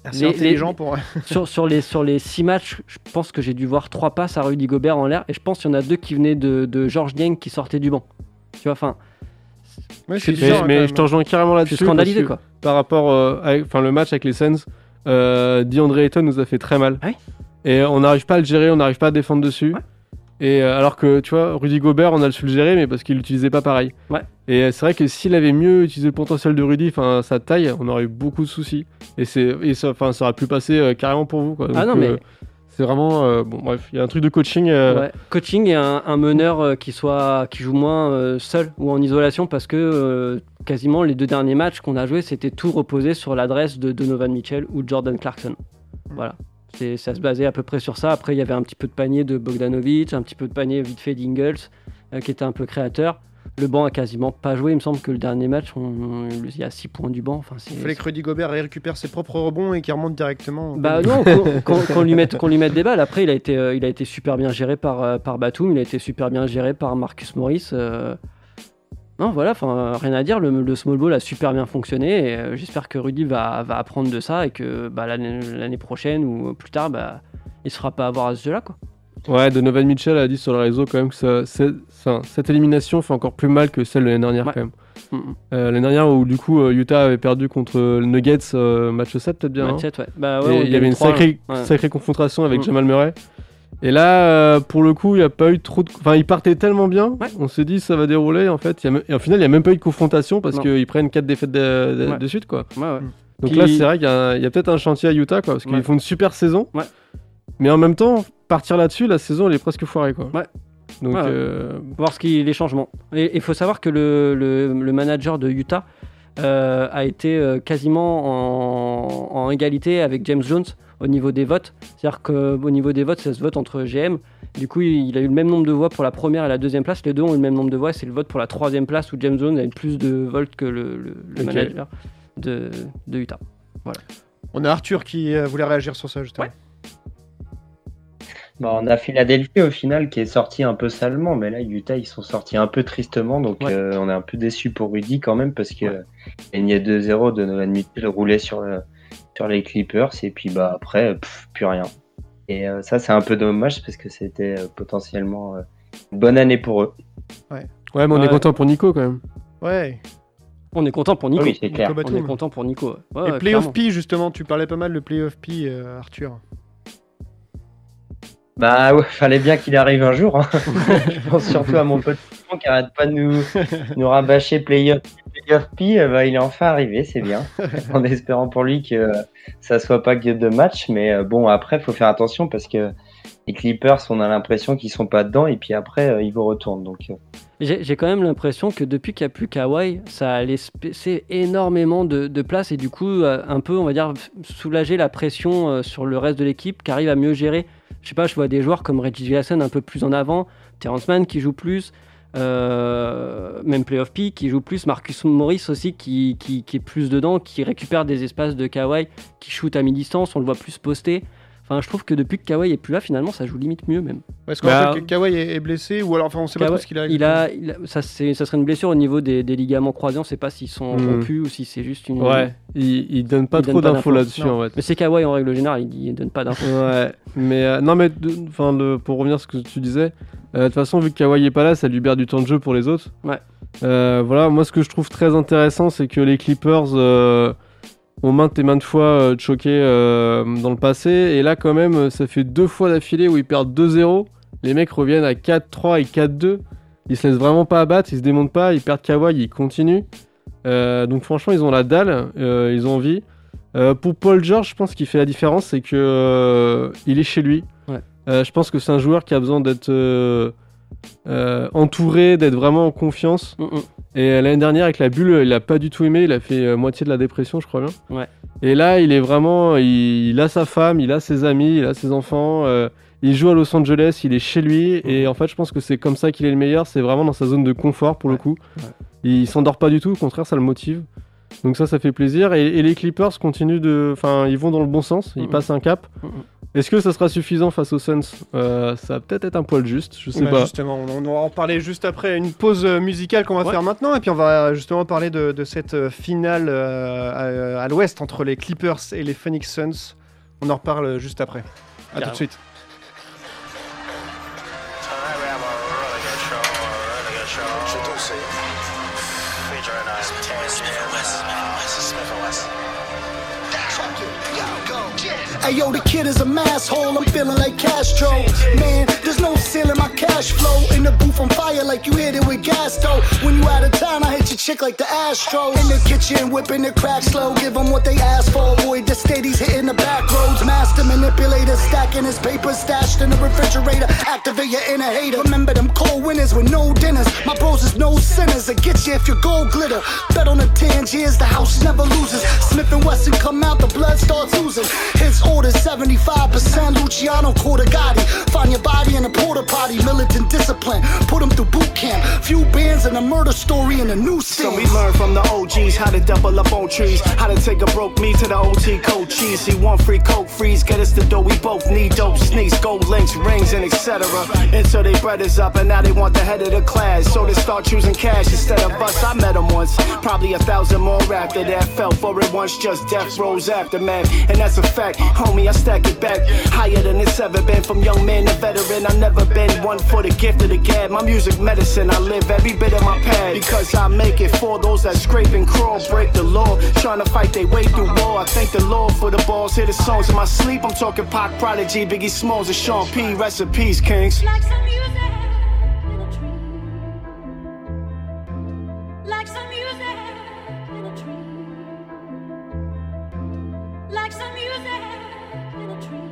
S4: C'est intelligent les, pour...
S6: sur, sur, les, sur les six matchs, je pense que j'ai dû voir trois passes à Rudy Gobert en l'air, et je pense qu'il y en a deux qui venaient de, de Georges Niang qui sortaient du banc. Tu vois, enfin...
S5: Ouais, je suis mais, mais, mais je te rejoins carrément là-dessus.
S6: Je suis scandalisé, quoi.
S5: Par rapport euh, avec, le match avec les Suns, euh, DeAndre Ayton nous a fait très mal.
S6: Ah oui
S5: et on n'arrive pas à le gérer, on n'arrive pas à défendre dessus.
S6: Ouais.
S5: Et euh, alors que, tu vois, Rudy Gobert, on a su le gérer, mais parce qu'il l'utilisait pas pareil.
S6: Ouais.
S5: Et euh, c'est vrai que s'il avait mieux utilisé le potentiel de Rudy, enfin sa taille, on aurait eu beaucoup de soucis. Et, c'est, et ça, ça aurait pu passer euh, carrément pour vous, quoi. Donc,
S6: ah non, mais...
S5: Euh, c'est vraiment... Euh, bon, bref, il y a un truc de coaching. Euh...
S6: Ouais. Coaching et un, un meneur euh, qui, soit, qui joue moins euh, seul ou en isolation, parce que euh, quasiment les deux derniers matchs qu'on a joués, c'était tout reposé sur l'adresse de Donovan Mitchell ou Jordan Clarkson. Voilà. C'est, ça se basait à peu près sur ça. Après, il y avait un petit peu de panier de Bogdanovic, un petit peu de panier vite fait d'Ingles, euh, qui était un peu créateur. Le banc a quasiment pas joué. Il me semble que le dernier match, on, on, il y a six points du banc. Enfin, c'est,
S4: il fallait que Rudy Gobert récupère ses propres rebonds et qu'il remonte directement.
S6: Bah non, qu'on, qu'on, qu'on, lui mette, qu'on lui mette des balles. Après, il a été, euh, il a été super bien géré par, euh, par Batum. Il a été super bien géré par Marcus Morris. Euh... Non, voilà, enfin, rien à dire. Le, le small ball a super bien fonctionné. Et, euh, j'espère que Rudy va, va apprendre de ça et que bah, l'année, l'année prochaine ou plus tard, bah, il ne se fera pas avoir à ce jeu-là, quoi.
S5: Ouais, Donovan Mitchell a dit sur le réseau quand même que ça, c'est, ça, cette élimination fait encore plus mal que celle de l'année dernière, ouais. Quand même. Mm-hmm. Euh, l'année dernière où du coup Utah avait perdu contre le Nuggets, euh, match sept peut-être bien.
S6: Match sept, ouais. Bah ouais,
S5: il y avait une sacrée, ouais. sacrée confrontation avec mm-hmm. Jamal Murray. Et là, euh, pour le coup, il n'y a pas eu trop de... Enfin, il partait tellement bien, ouais. On s'est dit ça va dérouler en fait. Y a... Et au final, il n'y a même pas eu de confrontation parce non. qu'ils prennent quatre défaites de, de, ouais. de suite, quoi.
S6: Ouais, ouais.
S5: Donc
S6: Puis...
S5: là, c'est vrai qu'il y a, y a peut-être un chantier à Utah, quoi, parce qu'ils ouais. font une super saison.
S6: Ouais.
S5: Mais en même temps, partir là-dessus, la saison elle est presque foirée, quoi.
S6: Ouais.
S5: Donc,
S6: ouais,
S5: euh...
S6: voir ce qui les changements. Et il faut savoir que le, le, le manager de Utah euh, a été euh, quasiment en, en égalité avec James Jones au niveau des votes. C'est-à-dire qu'au niveau des votes, ça se vote entre G M. Du coup, il a eu le même nombre de voix pour la première et la deuxième place. Les deux ont eu le même nombre de voix. Et c'est le vote pour la troisième place où James Jones a eu plus de votes que le, le, le okay. manager de, de Utah. Voilà.
S4: On a Arthur qui euh, voulait réagir sur ça justement.
S6: Ouais.
S7: Bah, on a Philadelphie au final qui est sorti un peu salement, mais là Utah ils sont sortis un peu tristement, donc ouais. euh, on est un peu déçu pour Rudy quand même parce que ouais. euh, il y a deux zéro de Donovan Mitchell roulé sur, le, sur les Clippers et puis bah après pff, plus rien. Et euh, ça c'est un peu dommage parce que c'était euh, potentiellement euh, une bonne année pour eux.
S5: Ouais, ouais mais on ouais. est content pour Nico quand même.
S4: Ouais.
S6: On est content pour Nico.
S7: Oui, c'est clair.
S6: On est content pour Nico. Ouais,
S4: et
S6: ouais,
S4: Playoff P justement, tu parlais pas mal de Playoff P, euh, Arthur.
S7: Bah ouais, fallait bien qu'il arrive un jour. Hein. Je pense surtout à mon pote qui arrête pas de nous, nous rabâcher Playoff P. Bah, il est enfin arrivé, c'est bien. En espérant pour lui que ça soit pas que deux matchs. Mais bon, après, il faut faire attention parce que les Clippers, on a l'impression qu'ils sont pas dedans et puis après, ils vous retournent. Donc,
S6: j'ai, j'ai quand même l'impression que depuis qu'il n'y a plus Kawhi, ça a laissé énormément de, de place et du coup, un peu, on va dire, soulager la pression sur le reste de l'équipe qui arrive à mieux gérer. Je sais pas, je vois des joueurs comme Reggie Jackson un peu plus en avant, Terrence Mann qui joue plus, euh, même Playoff P qui joue plus, Marcus Morris aussi qui, qui, qui est plus dedans, qui récupère des espaces de Kawhi, qui shoot à mi-distance, on le voit plus poster. Enfin, je trouve que depuis que Kawhi est plus là, finalement, ça joue limite mieux même.
S4: Est-ce qu'on bah, que Kawhi est blessé ou alors, enfin, on sait Kawhi, pas trop ce qu'il a.
S6: Il a, il a ça, c'est, ça serait une blessure au niveau des, des ligaments croisés. On sait pas s'ils sont mmh. rompus ou si c'est juste une.
S5: Ouais. Il, il donne pas il trop donne d'infos, pas d'infos là-dessus
S6: non.
S5: en fait.
S6: Mais c'est Kawhi en règle générale, il, il donne pas d'infos.
S5: Ouais. Mais euh, non, mais enfin, pour revenir à ce que tu disais, de euh, toute façon, vu que Kawhi est pas là, ça libère du temps de jeu pour les autres.
S6: Ouais.
S5: Euh, voilà. Moi, ce que je trouve très intéressant, c'est que les Clippers. Euh, ont maintes et maintes fois euh, choqué euh, dans le passé. Et là, quand même, ça fait deux fois d'affilée où ils perdent deux zéro. Les mecs reviennent à quatre trois et quatre deux. Ils se laissent vraiment pas abattre, ils se démontent pas. Ils perdent Kawhi, ils continuent. Euh, donc franchement, ils ont la dalle, euh, ils ont envie. Euh, pour Paul George, je pense qu'il fait la différence, c'est que euh, il est chez lui.
S6: Ouais.
S5: Euh, je pense que c'est un joueur qui a besoin d'être euh, euh, entouré, d'être vraiment en confiance. Mm-mm. Et l'année dernière, avec la bulle, il a pas du tout aimé. Il a fait euh, moitié de la dépression, je crois bien.
S6: Ouais.
S5: Et là, il est vraiment... Il, il a sa femme, il a ses amis, il a ses enfants. Euh, il joue à Los Angeles, il est chez lui. Mmh. Et en fait, je pense que c'est comme ça qu'il est le meilleur. C'est vraiment dans sa zone de confort, pour ouais. le coup. Ouais. Il s'endort pas du tout. Au contraire, ça le motive. Donc ça, ça fait plaisir. Et, et les Clippers continuent de... Enfin, ils vont dans le bon sens. Ils mmh. passent un cap. Mmh. Est-ce que ça sera suffisant face aux Suns? euh, Ça va peut-être être un poil juste, je sais
S4: bah,
S5: pas.
S4: Justement, on, on va en parler juste après une pause musicale qu'on va ouais. faire maintenant, et puis on va justement parler de, de cette finale euh, à, à l'ouest entre les Clippers et les Phoenix Suns. On en reparle juste après. À tout de suite.
S12: Hey yo, the kid is a masshole, I'm feeling like Castro. Man, there's no ceiling, my cash flow. In the booth on fire like you hit it with gas though. When you out of town, I hit your chick like the Astro. In the kitchen, whipping the crack slow. Give them what they ask for, avoid the steadies hitting the back roads. Master manipulator, stacking his papers. Stashed in the refrigerator, activate your inner hater. Remember them cold winters with no dinners. My bros is no sinners, I get you if your gold glitter. Bet on the tens, years the house never loses. Smith and Wesson come out, the blood starts oozing. His orders seventy-five percent Luciano Cortagatti. Find your body in a porta potty, militant discipline. Put them through boot camp. Few bands and a murder story in a new scene.
S13: So we learned from the O Gs how to double up on trees, how to take a broke me to the O T cold cheese. See one free coke freeze, get us the dough we both need. Dope sneaks, gold links, rings, and et cetera. Until they bread us up and now they want the head of the class. So they start choosing cash instead of us. I met them once, probably a thousand more after that. Fell for it once, just death rolls aftermath. And that's a fact, homie, I stack it back higher than it's ever been. From young man to veteran, I never been one for the gift of the gab. My music medicine, I live every bit of my pad. Because I make it for those that scrape and crawl, break the law, trying to fight their way through war. I thank the Lord for the balls, hear the songs in my sleep. I'm talking Pac, Prodigy, Biggie Smalls, and Sean P. Rest in peace, kings.
S14: Like some music in a tree. Like some music in a tree. Like some music in a tree.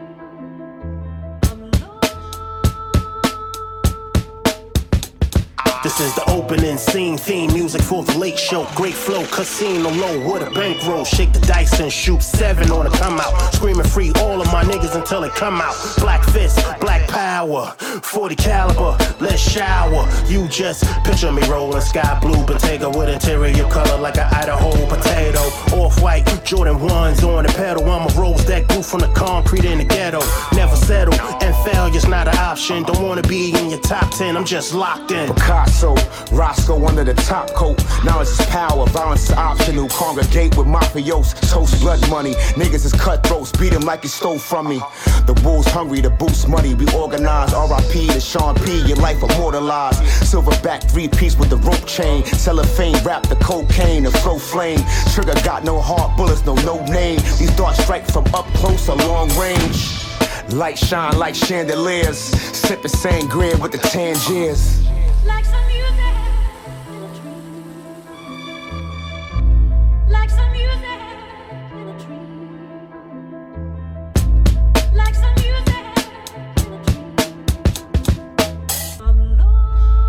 S15: This is the opening scene, theme music for the late show. Great flow, casino low with a bankroll. Shake the dice and shoot seven on the come out. Screaming free all of my niggas until they come out. Black fist, black power, forty caliber, let's shower. You just picture me rolling sky blue Bottega with interior color like an Idaho potato. Off-white, Jordan ones on the pedal. I'm a rose that grew from the concrete in the ghetto. Never settle, and failure's not an option. Don't wanna be in your top ten, I'm just locked in.
S16: Picasso, Roscoe under the top coat. Knowledge is power, violence is optional. Congregate with mafios, toast blood money. Niggas is cutthroats, beat him like he stole from me. The bulls hungry to boost money. We organize, R I P to Sean P. Your life immortalized. Silverback three piece with the rope chain. Cellophane, wrap the cocaine, the flow flame. Trigger got no heart, bullets, no no name. These darts strike from up close or long range. Light shine like chandeliers. Sipping sangria with the Tangiers.
S14: Like some music in a tree. Like some music in a tree. Like some music in a tree. I'm lost.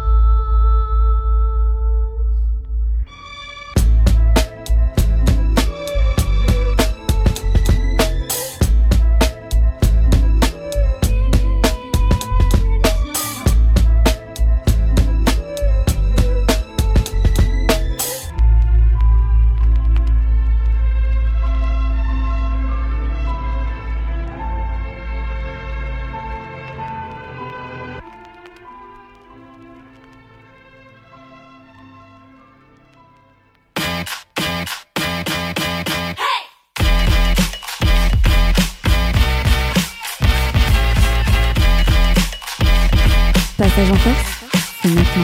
S3: Passage en force, c'est maintenant.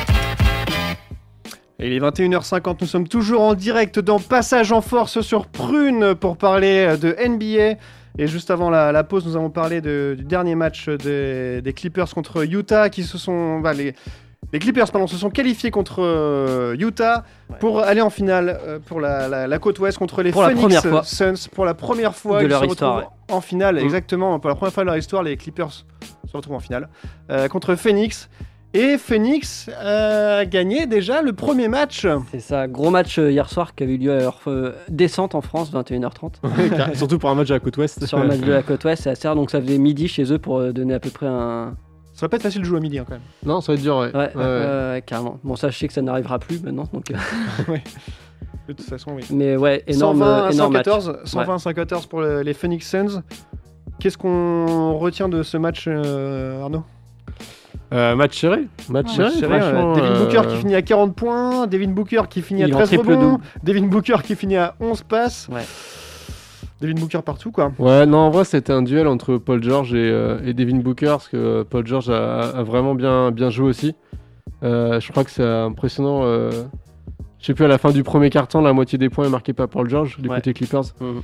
S4: Et il est vingt et une heures cinquante, nous sommes toujours en direct dans Passage en force sur Prune pour parler de N B A. Et juste avant la, la pause, nous avons parlé de, du dernier match des, des Clippers contre Utah qui se sont... Bah, les, les Clippers pardon, se sont qualifiés contre euh, Utah ouais. pour aller en finale euh, pour la, la, la côte ouest contre les
S6: pour
S4: Phoenix Suns pour la première fois
S6: de
S4: ils
S6: leur
S4: se
S6: histoire,
S4: retrouvent
S6: ouais.
S4: en finale.
S6: Mmh.
S4: Exactement, pour la première fois de leur histoire, les Clippers se retrouvent en finale euh, contre Phoenix. Et Phoenix a gagné déjà le premier match.
S6: C'est ça, gros match hier soir qui avait eu lieu à leur euh, descente en France, vingt et une heures trente.
S5: Surtout pour un match de la côte ouest.
S6: Sur un match de la côte ouest, c'est assez rare, donc ça faisait midi chez eux pour donner à peu près un...
S4: Ça va pas être facile de jouer à midi hein, quand même.
S5: Non, ça va être dur, ouais.
S6: Ouais,
S5: ouais,
S6: ouais, ouais. ouais carrément. Bon, ça, je sais que ça n'arrivera plus maintenant. Donc...
S4: oui. De toute façon, oui.
S6: Mais ouais, énorme,
S4: cent vingt à
S6: énorme
S4: cent quatorze,
S6: match.
S4: cent vingt à cent quatorze pour les Phoenix Suns. Qu'est-ce qu'on retient de ce match, euh, Arnaud?
S5: Euh, match serré, match
S4: Ouais,
S5: serré,
S4: serré,
S5: franchement,
S4: ouais. Devin
S5: euh,
S4: Booker qui finit à quarante points, Devin Booker qui finit à
S6: Il est en
S4: treize
S6: triple
S4: rebonds,
S6: double.
S4: Devin Booker qui finit à onze passes.
S6: Ouais.
S4: Devin Booker partout, quoi.
S5: Ouais, non, en vrai, c'était un duel entre Paul George et, euh, et Devin Booker, parce que Paul George a, a vraiment bien, bien joué aussi. Euh, je crois que c'est impressionnant. Euh, je sais plus, à la fin du premier quart-temps, la moitié des points est marquée par Paul George, du
S6: Ouais.
S5: côté Clippers.
S6: Mhm.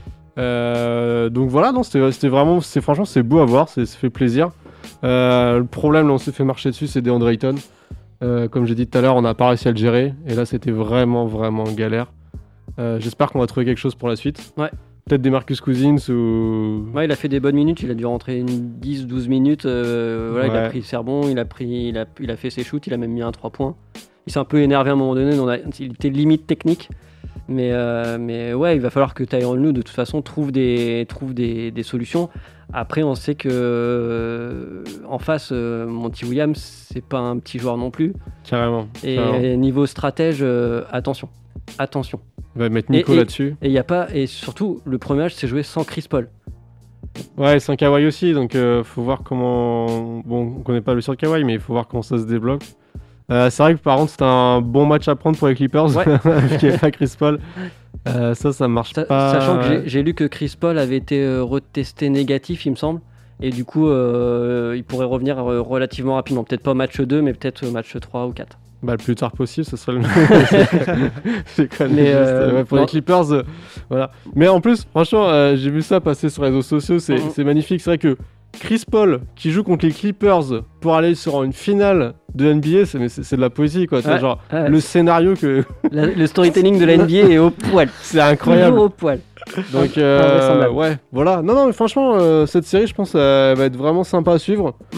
S5: Euh, donc voilà, non, c'était c'était vraiment, c'est franchement, c'est beau à voir, c'est- ça fait plaisir. Euh, le problème, là, on s'est fait marcher dessus, c'est DeAndre Ayton. Euh, comme j'ai dit tout à l'heure, on n'a pas réussi à le gérer, et là, c'était vraiment, vraiment galère. Euh, J'espère qu'on va trouver quelque chose pour la suite.
S6: Ouais.
S5: Peut-être des Marcus Cousins ou.
S6: Ouais, il a fait des bonnes minutes, il a dû rentrer une dix douze minutes. euh, voilà, Il a
S5: Ouais.
S6: pris ses rebonds, il a, pris, il, a, il a fait ses shoots, il a même mis un trois points. Il s'est un peu énervé à un moment donné, on a, il était limite technique. Mais, euh, mais ouais, il va falloir que Tyronn Lue, de toute façon, trouve des, trouve des, des solutions. Après, on sait que euh, en face, euh, Monty Williams, c'est pas un petit joueur non plus.
S5: Carrément.
S6: Et
S5: carrément.
S6: niveau stratège, euh, attention. Attention.
S5: On va mettre Nico
S6: Et- et-
S5: là-dessus.
S6: Et, y a pas, et surtout, le premier match, c'est joué sans Chris Paul.
S5: Ouais, c'est un Kawhi aussi, donc euh, faut voir comment. Bon, on connaît pas le sur Kawhi, mais il faut voir comment ça se débloque. Euh, c'est vrai que par contre, c'était un bon match à prendre pour les Clippers,
S6: Ouais.
S5: vu qu'il n'y avait pas Chris Paul. Euh, ça, ça marche
S6: Sa-
S5: pas.
S6: Sachant que j'ai- j'ai lu que Chris Paul avait été euh, retesté négatif, il me semble. Et du coup, euh, il pourrait revenir euh, relativement rapidement. Peut-être pas au match deux, mais peut-être au match trois ou quatre.
S5: Bah, le plus tard possible, ce serait le. J'ai quand même
S6: Mais,
S5: juste,
S6: euh,
S5: ouais, pour
S6: non.
S5: les Clippers, euh, voilà. Mais en plus, franchement, euh, j'ai vu ça passer sur les réseaux sociaux, c'est
S6: Mhm.
S5: c'est magnifique. C'est vrai que Chris Paul qui joue contre les Clippers pour aller sur une finale de N B A, c'est mais c'est- c'est de la poésie, quoi. Tu vois,
S6: Ouais,
S5: genre
S6: ouais.
S5: le scénario que.
S6: La- le storytelling de la N B A est au poil.
S5: C'est incroyable.
S6: Toujours au poil.
S5: Donc, euh,
S6: Invraisemblable.
S5: ouais, voilà. Non, non, mais franchement, euh, cette série, je pense, elle va être vraiment sympa à suivre.
S4: Mm.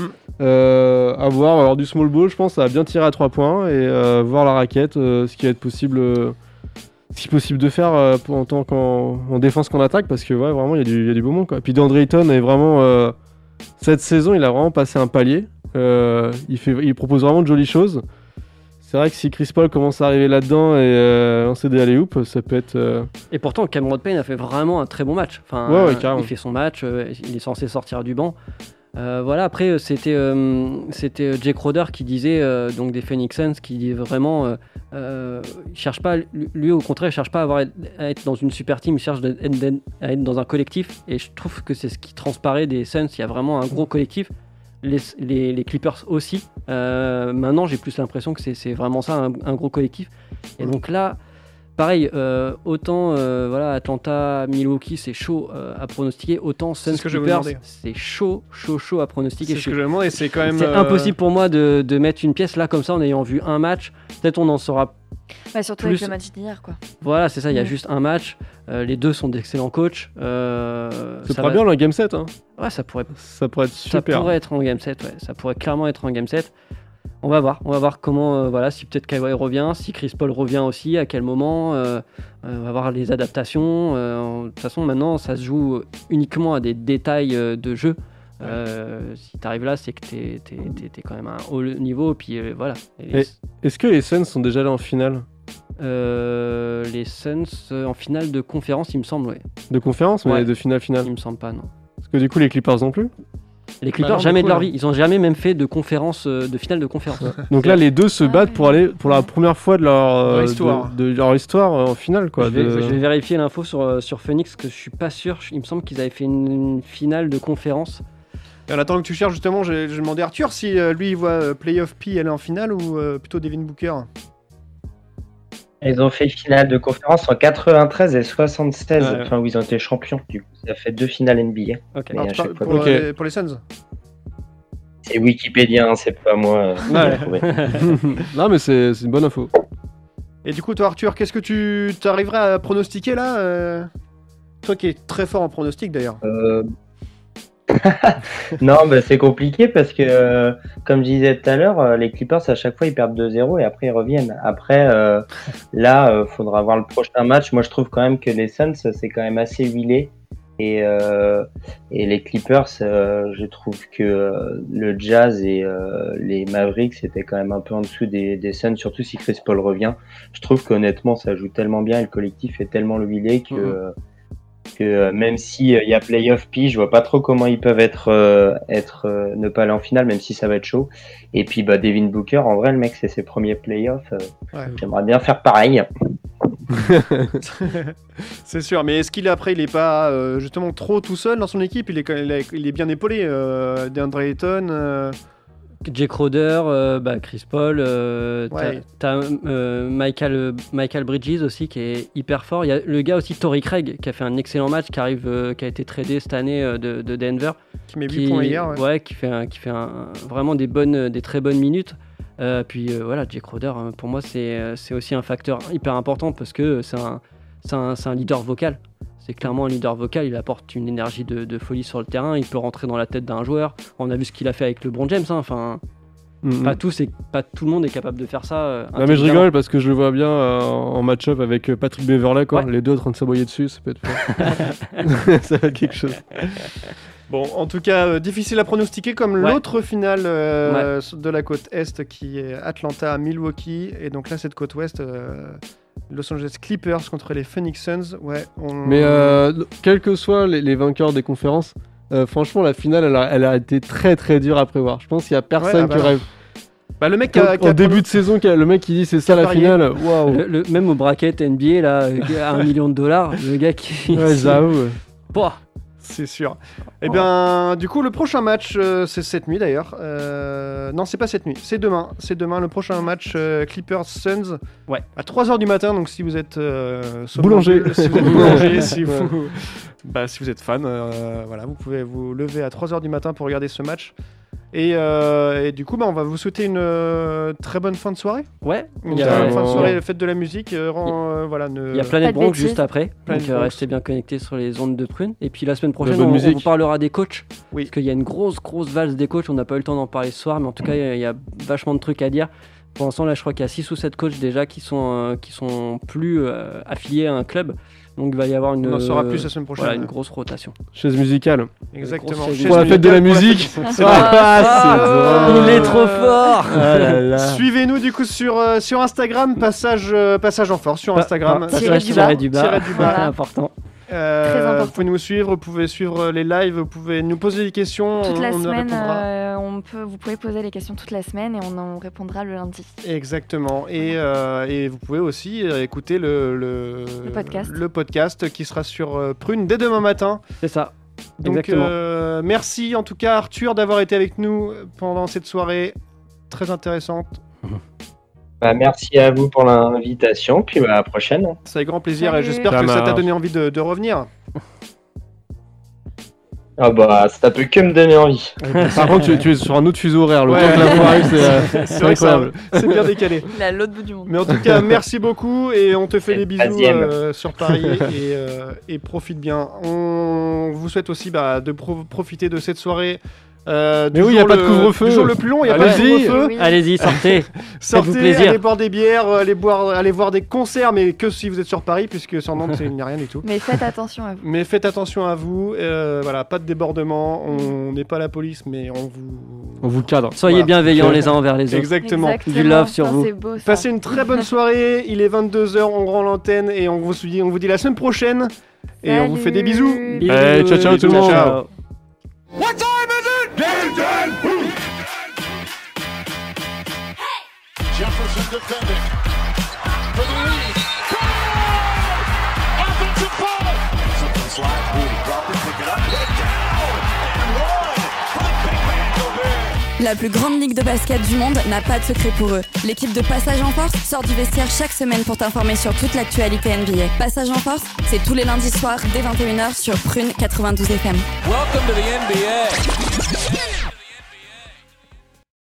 S5: Euh, à voir, avoir du small ball, je pense, ça va bien tirer à trois points et euh, voir la raquette, euh, ce qui va être possible, euh, ce qui est possible de faire euh, pour, en tant qu'en en défense qu'en attaque, parce que ouais, vraiment, il y, a du- il y a du beau monde, quoi. Puis DeAndre Ayton est vraiment, euh, cette saison, il a vraiment passé un palier. Euh, il fait, il propose vraiment de jolies choses. C'est vrai que si Chris Paul commence à arriver là-dedans et euh, lancer des alley-oops, ça peut être. euh,
S6: Et pourtant, Cameron Payne a fait vraiment un très bon match. Enfin,
S5: Ouais, ouais,
S6: euh,
S5: carrément.
S6: il fait son match, euh, il est censé sortir du banc. Euh, voilà, après, euh, c'était euh, c'était Jake Roder qui disait, euh, donc des Phoenix Suns, qui dit vraiment, euh, euh, il cherche pas, lui, lui, au contraire, il cherche pas à, avoir, à être dans une super team, il cherche de- de- à être dans un collectif. Et je trouve que c'est ce qui transparaît des Suns, il y a vraiment un gros collectif. Les, les- les Clippers aussi. Euh, maintenant, j'ai plus l'impression que c'est c'est vraiment ça, un, un gros collectif. Et donc là, pareil, euh, autant euh, voilà, Atlanta, Milwaukee, c'est chaud euh, à pronostiquer, autant Suns
S4: ce que je vais vous
S6: Clippers,
S4: demander.
S6: c'est chaud, chaud, chaud à pronostiquer.
S4: C'est
S6: Je
S4: ce que
S6: suis-
S4: je me demande et c'est quand même.
S6: C'est
S4: euh,
S6: impossible pour moi de, de mettre une pièce là comme ça en ayant vu un match. Peut-être on en saura.
S10: Bah, surtout
S6: Plus-
S10: avec le match d'hier, quoi.
S6: Voilà, c'est ça, il y a
S10: Mm.
S6: juste un match. Euh, les deux sont d'excellents coachs. Euh,
S5: Ça
S6: ça
S5: pourrait
S6: va-
S5: bien le game set. Hein.
S6: Ouais, ça pourrait,
S5: Ça pourrait être
S6: ça
S5: super.
S6: pourrait être en game set, ouais. Ça pourrait clairement être en game set. On va voir, on va voir comment, euh, voilà, si peut-être Kawhi revient, si Chris Paul revient aussi, à quel moment. euh, euh, on va voir les adaptations. euh, de toute façon, maintenant, ça se joue uniquement à des détails euh, de jeu. Euh, si tu arrives là, c'est que t'es es, quand même à un haut niveau. Puis euh, voilà. Et les,
S5: Et est-ce que les Suns sont déjà allés en finale
S6: euh, les Suns euh, en finale de conférence, il me semble, ouais.
S5: de conférence, mais
S6: Ouais.
S5: de finale finale?
S6: Il me semble pas, non.
S5: Parce que du coup, les Clippers non plus.
S6: Les Clippers,
S4: non, du
S6: jamais
S4: coup,
S6: de leur
S4: là.
S6: vie. Ils ont jamais même fait de conférence, euh, de finale de conférence.
S5: Donc là, les deux se
S10: Ah
S5: battent
S10: ouais.
S5: pour aller pour la première fois de leur, euh,
S4: Leur histoire.
S5: de, de leur histoire euh, en finale, quoi.
S6: je, vais,
S5: de-
S6: je vais vérifier l'info sur, euh, sur Phoenix, que je suis pas sûr. Il me semble qu'ils avaient fait une, une finale de conférence.
S4: Et en attendant que tu cherches, justement, j'ai j'ai demandé à Arthur si euh, lui il voit euh, Playoff P aller en finale ou euh, plutôt Devin Booker.
S7: Ils ont fait finale de conférence en quatre-vingt-treize et soixante-seize,
S4: Ouais.
S7: enfin où ils ont été champions. Du coup, ça fait deux finales N B A.
S6: Ok.
S7: Mais
S4: Alors,
S7: à
S4: tu
S7: chaque
S4: parles
S7: fois,
S4: pour,
S5: Ok.
S4: euh, les, pour les Suns.
S7: c'est Wikipédia, hein, c'est pas moi. euh, qui l'ai trouvé.
S5: non, mais c'est c'est une bonne info.
S4: Et du coup, toi, Arthur, qu'est-ce que tu arriverais à pronostiquer là euh Toi qui es très fort en pronostic d'ailleurs.
S7: Euh, non, bah, c'est compliqué parce que, euh, comme je disais tout à l'heure, euh, les Clippers, à chaque fois, ils perdent deux zéro et après, ils reviennent. Après, euh, là, euh, faudra voir le prochain match. Moi, je trouve quand même que les Suns, c'est quand même assez huilé. Et, euh, et les Clippers, euh, je trouve que euh, le Jazz et euh, les Mavericks, c'était quand même un peu en dessous des, des Suns, surtout si Chris Paul revient. Je trouve qu'honnêtement, ça joue tellement bien et le collectif est tellement huilé que...
S6: Mhm.
S7: euh, Que euh, même si il euh, y a playoff P, je vois pas trop comment ils peuvent être, euh, être euh, ne pas aller en finale, même si ça va être chaud. Et puis bah Devin Booker, en vrai, le mec, c'est ses premiers playoffs. Euh, ouais. J'aimerais bien faire pareil.
S4: C'est sûr, mais est-ce qu'il après il est pas euh, justement trop tout seul dans son équipe? Il est il est, il est bien épaulé. Euh, DeAndre Ayton. Euh...
S6: Jay Crowder, euh, bah Chris Paul, euh,
S4: ouais.
S6: t'as, t'as euh, Michael, Michael Bridges aussi qui est hyper fort. Il y a le gars aussi Torrey Craig qui a fait un excellent match, qui arrive, euh, qui a été tradé cette année euh, de, de Denver,
S4: qui met huit points hier, ouais.
S6: ouais, qui fait, un, qui fait un, vraiment des bonnes, des très bonnes minutes. Euh, puis euh, voilà, Jay Crowder, pour moi c'est, c'est aussi un facteur hyper important parce que c'est un, c'est un, c'est un leader vocal. C'est clairement un leader vocal, il apporte une énergie de, de folie sur le terrain, il peut rentrer dans la tête d'un joueur. On a vu ce qu'il a fait avec LeBron James, hein. Enfin, mm-hmm. pas, tous, pas tout le monde est capable de faire ça. Euh,
S5: non mais je rigole parce que je le vois bien euh, en match-up avec Patrick Beverley, quoi. Ouais. Les deux en train de s'aboyer dessus, ça peut être fort. Ça va être quelque chose.
S4: Bon, en tout cas, euh, difficile à pronostiquer comme ouais. l'autre finale euh, ouais. de la côte Est qui est Atlanta-Milwaukee. Et donc là, cette côte Ouest... Euh... Los Angeles Clippers contre les Phoenix Suns, ouais. On...
S5: Mais euh, quels que soient les, les vainqueurs des conférences, euh, franchement, la finale, elle a, elle a été très très dure à prévoir. Je pense qu'il y a personne ouais, ah bah qui aurait.
S4: Bah, le mec
S5: Quand,
S4: a, qui
S5: en
S4: a
S5: début de saison, le mec qui dit c'est ça la finale, waouh.
S6: Le, le, même au bracket N B A là, à un million de dollars, le gars qui.
S5: Ouais, j'avoue.
S6: Pouah.
S4: C'est sûr. Eh bien, du coup, le prochain match, euh, c'est cette nuit d'ailleurs. Euh, non, c'est pas cette nuit, c'est demain. C'est demain le prochain match euh, Clippers-Suns.
S6: Ouais.
S4: À trois heures du matin, donc si vous êtes euh,
S5: boulanger,
S4: si vous êtes boulanger, si vous, bah, si vous êtes fan, euh, voilà, vous pouvez vous lever à trois heures du matin pour regarder ce match. Et, euh, et du coup, bah, on va vous souhaiter une euh, très bonne fin de soirée.
S6: Ouais.
S4: Une très bonne fin de soirée, fête de la musique. Euh, rend, euh, voilà, ne...
S6: Il y a Planet Bronx juste après. Planet donc euh, restez bien connectés sur les ondes de Prune. Et puis la semaine prochaine, on, on vous parlera des coachs. Oui. Parce qu'il y a une grosse, grosse valse des coachs. On n'a pas eu le temps d'en parler ce soir, mais en tout cas, il y, y a vachement de trucs à dire. Pour l'instant, là, je crois qu'il y a six ou sept coachs déjà qui sont, euh, qui sont plus euh, affiliés à un club. Donc il va y avoir une,
S4: on en saura plus la semaine prochaine.
S6: Voilà, une grosse rotation.
S5: Chaise musicale.
S4: Exactement.
S5: Chaise pour la fête de la musique.
S6: C'est ah, c'est il est trop fort.
S5: Ah là là.
S4: Suivez-nous du coup sur euh, sur Instagram, passage euh, passage en force sur Instagram.
S6: Pa- passage tiré du bas.
S4: Tiré du bas.
S6: Voilà. Important.
S4: Euh,
S10: Très important.
S4: Vous pouvez nous suivre, vous pouvez suivre les lives, vous pouvez nous poser des questions.
S10: Toute
S4: on,
S10: la
S4: on
S10: semaine,
S4: répondra.
S10: euh, on peut, vous pouvez poser les questions toute la semaine et on en répondra le lundi.
S4: Exactement. Et, euh, et vous pouvez aussi écouter le, le,
S10: le, podcast.
S4: le podcast qui sera sur euh, Prune dès demain matin.
S6: C'est ça.
S4: Donc
S6: Exactement.
S4: Euh, merci en tout cas Arthur d'avoir été avec nous pendant cette soirée très intéressante.
S7: Bah, merci à vous pour l'invitation, puis bah, à la prochaine.
S4: C'est avec grand plaisir.
S10: Salut.
S4: Et j'espère
S5: ça
S4: que
S5: marche.
S4: ça t'a donné envie de, de revenir.
S7: Ah bah ça peut que me donner envie.
S5: Par contre, tu, tu es sur un autre fuseau horaire. Le
S4: Ouais.
S5: temps que l'info arrive, c'est, euh,
S4: C'est
S5: c'est
S4: vrai que ça-
S5: incroyable.
S4: c'est bien décalé.
S10: Il est à l'autre bout du monde.
S4: Mais en tout cas, merci beaucoup et on te fait
S7: C'est
S4: des
S7: le
S4: bisous
S7: troisième.
S4: euh, sur Paris et, euh, et profite bien. On vous souhaite aussi bah, de pro- profiter de cette soirée. Euh, du
S5: Mais oui, y a
S4: jour
S5: pas de
S4: le-
S5: couvre-feu.
S4: Du jour le plus long, il n'y a pas de
S5: Allez-y.
S4: couvre-feu.
S10: Oui.
S6: Allez-y, sortez. Faites-vous
S4: Sortez,
S6: plaisir.
S4: allez boire des bières, euh, allez, boire, allez voir des concerts, mais que si vous êtes sur Paris, puisque sur Nantes, c'est- il n'y a rien du tout.
S10: Mais faites attention à vous.
S4: Mais faites attention à vous, euh, voilà, pas de débordement, on n'est pas la police, mais on vous...
S5: On vous cadre.
S6: Soyez
S4: Voilà.
S6: bienveillants les uns envers les autres.
S4: Exactement.
S10: Exactement.
S6: Du love sur
S10: Ça,
S6: vous.
S10: C'est beau, ça.
S4: Passez une très bonne soirée, il est vingt-deux heures, on rend l'antenne et on vous dit, on vous dit la semaine prochaine et on vous fait des bisous.
S10: Salut.
S5: Allez, ciao, ciao tout le
S4: Ciao,
S5: monde.
S4: ciao.
S8: What time is it? Game time!
S9: Jefferson defending for the lead. Goal! Offensive foul! Something slide, Moody, drop it, pick it up, put it down, and one for the big man Gobert.
S3: La plus grande ligue de basket du monde n'a pas de secret pour eux. L'équipe de Passage en Force sort du vestiaire chaque semaine pour t'informer sur toute l'actualité N B A. Passage en Force, c'est tous les lundis soirs dès vingt et une heures sur Prune quatre-vingt-douze F M.
S11: Welcome to the N B A.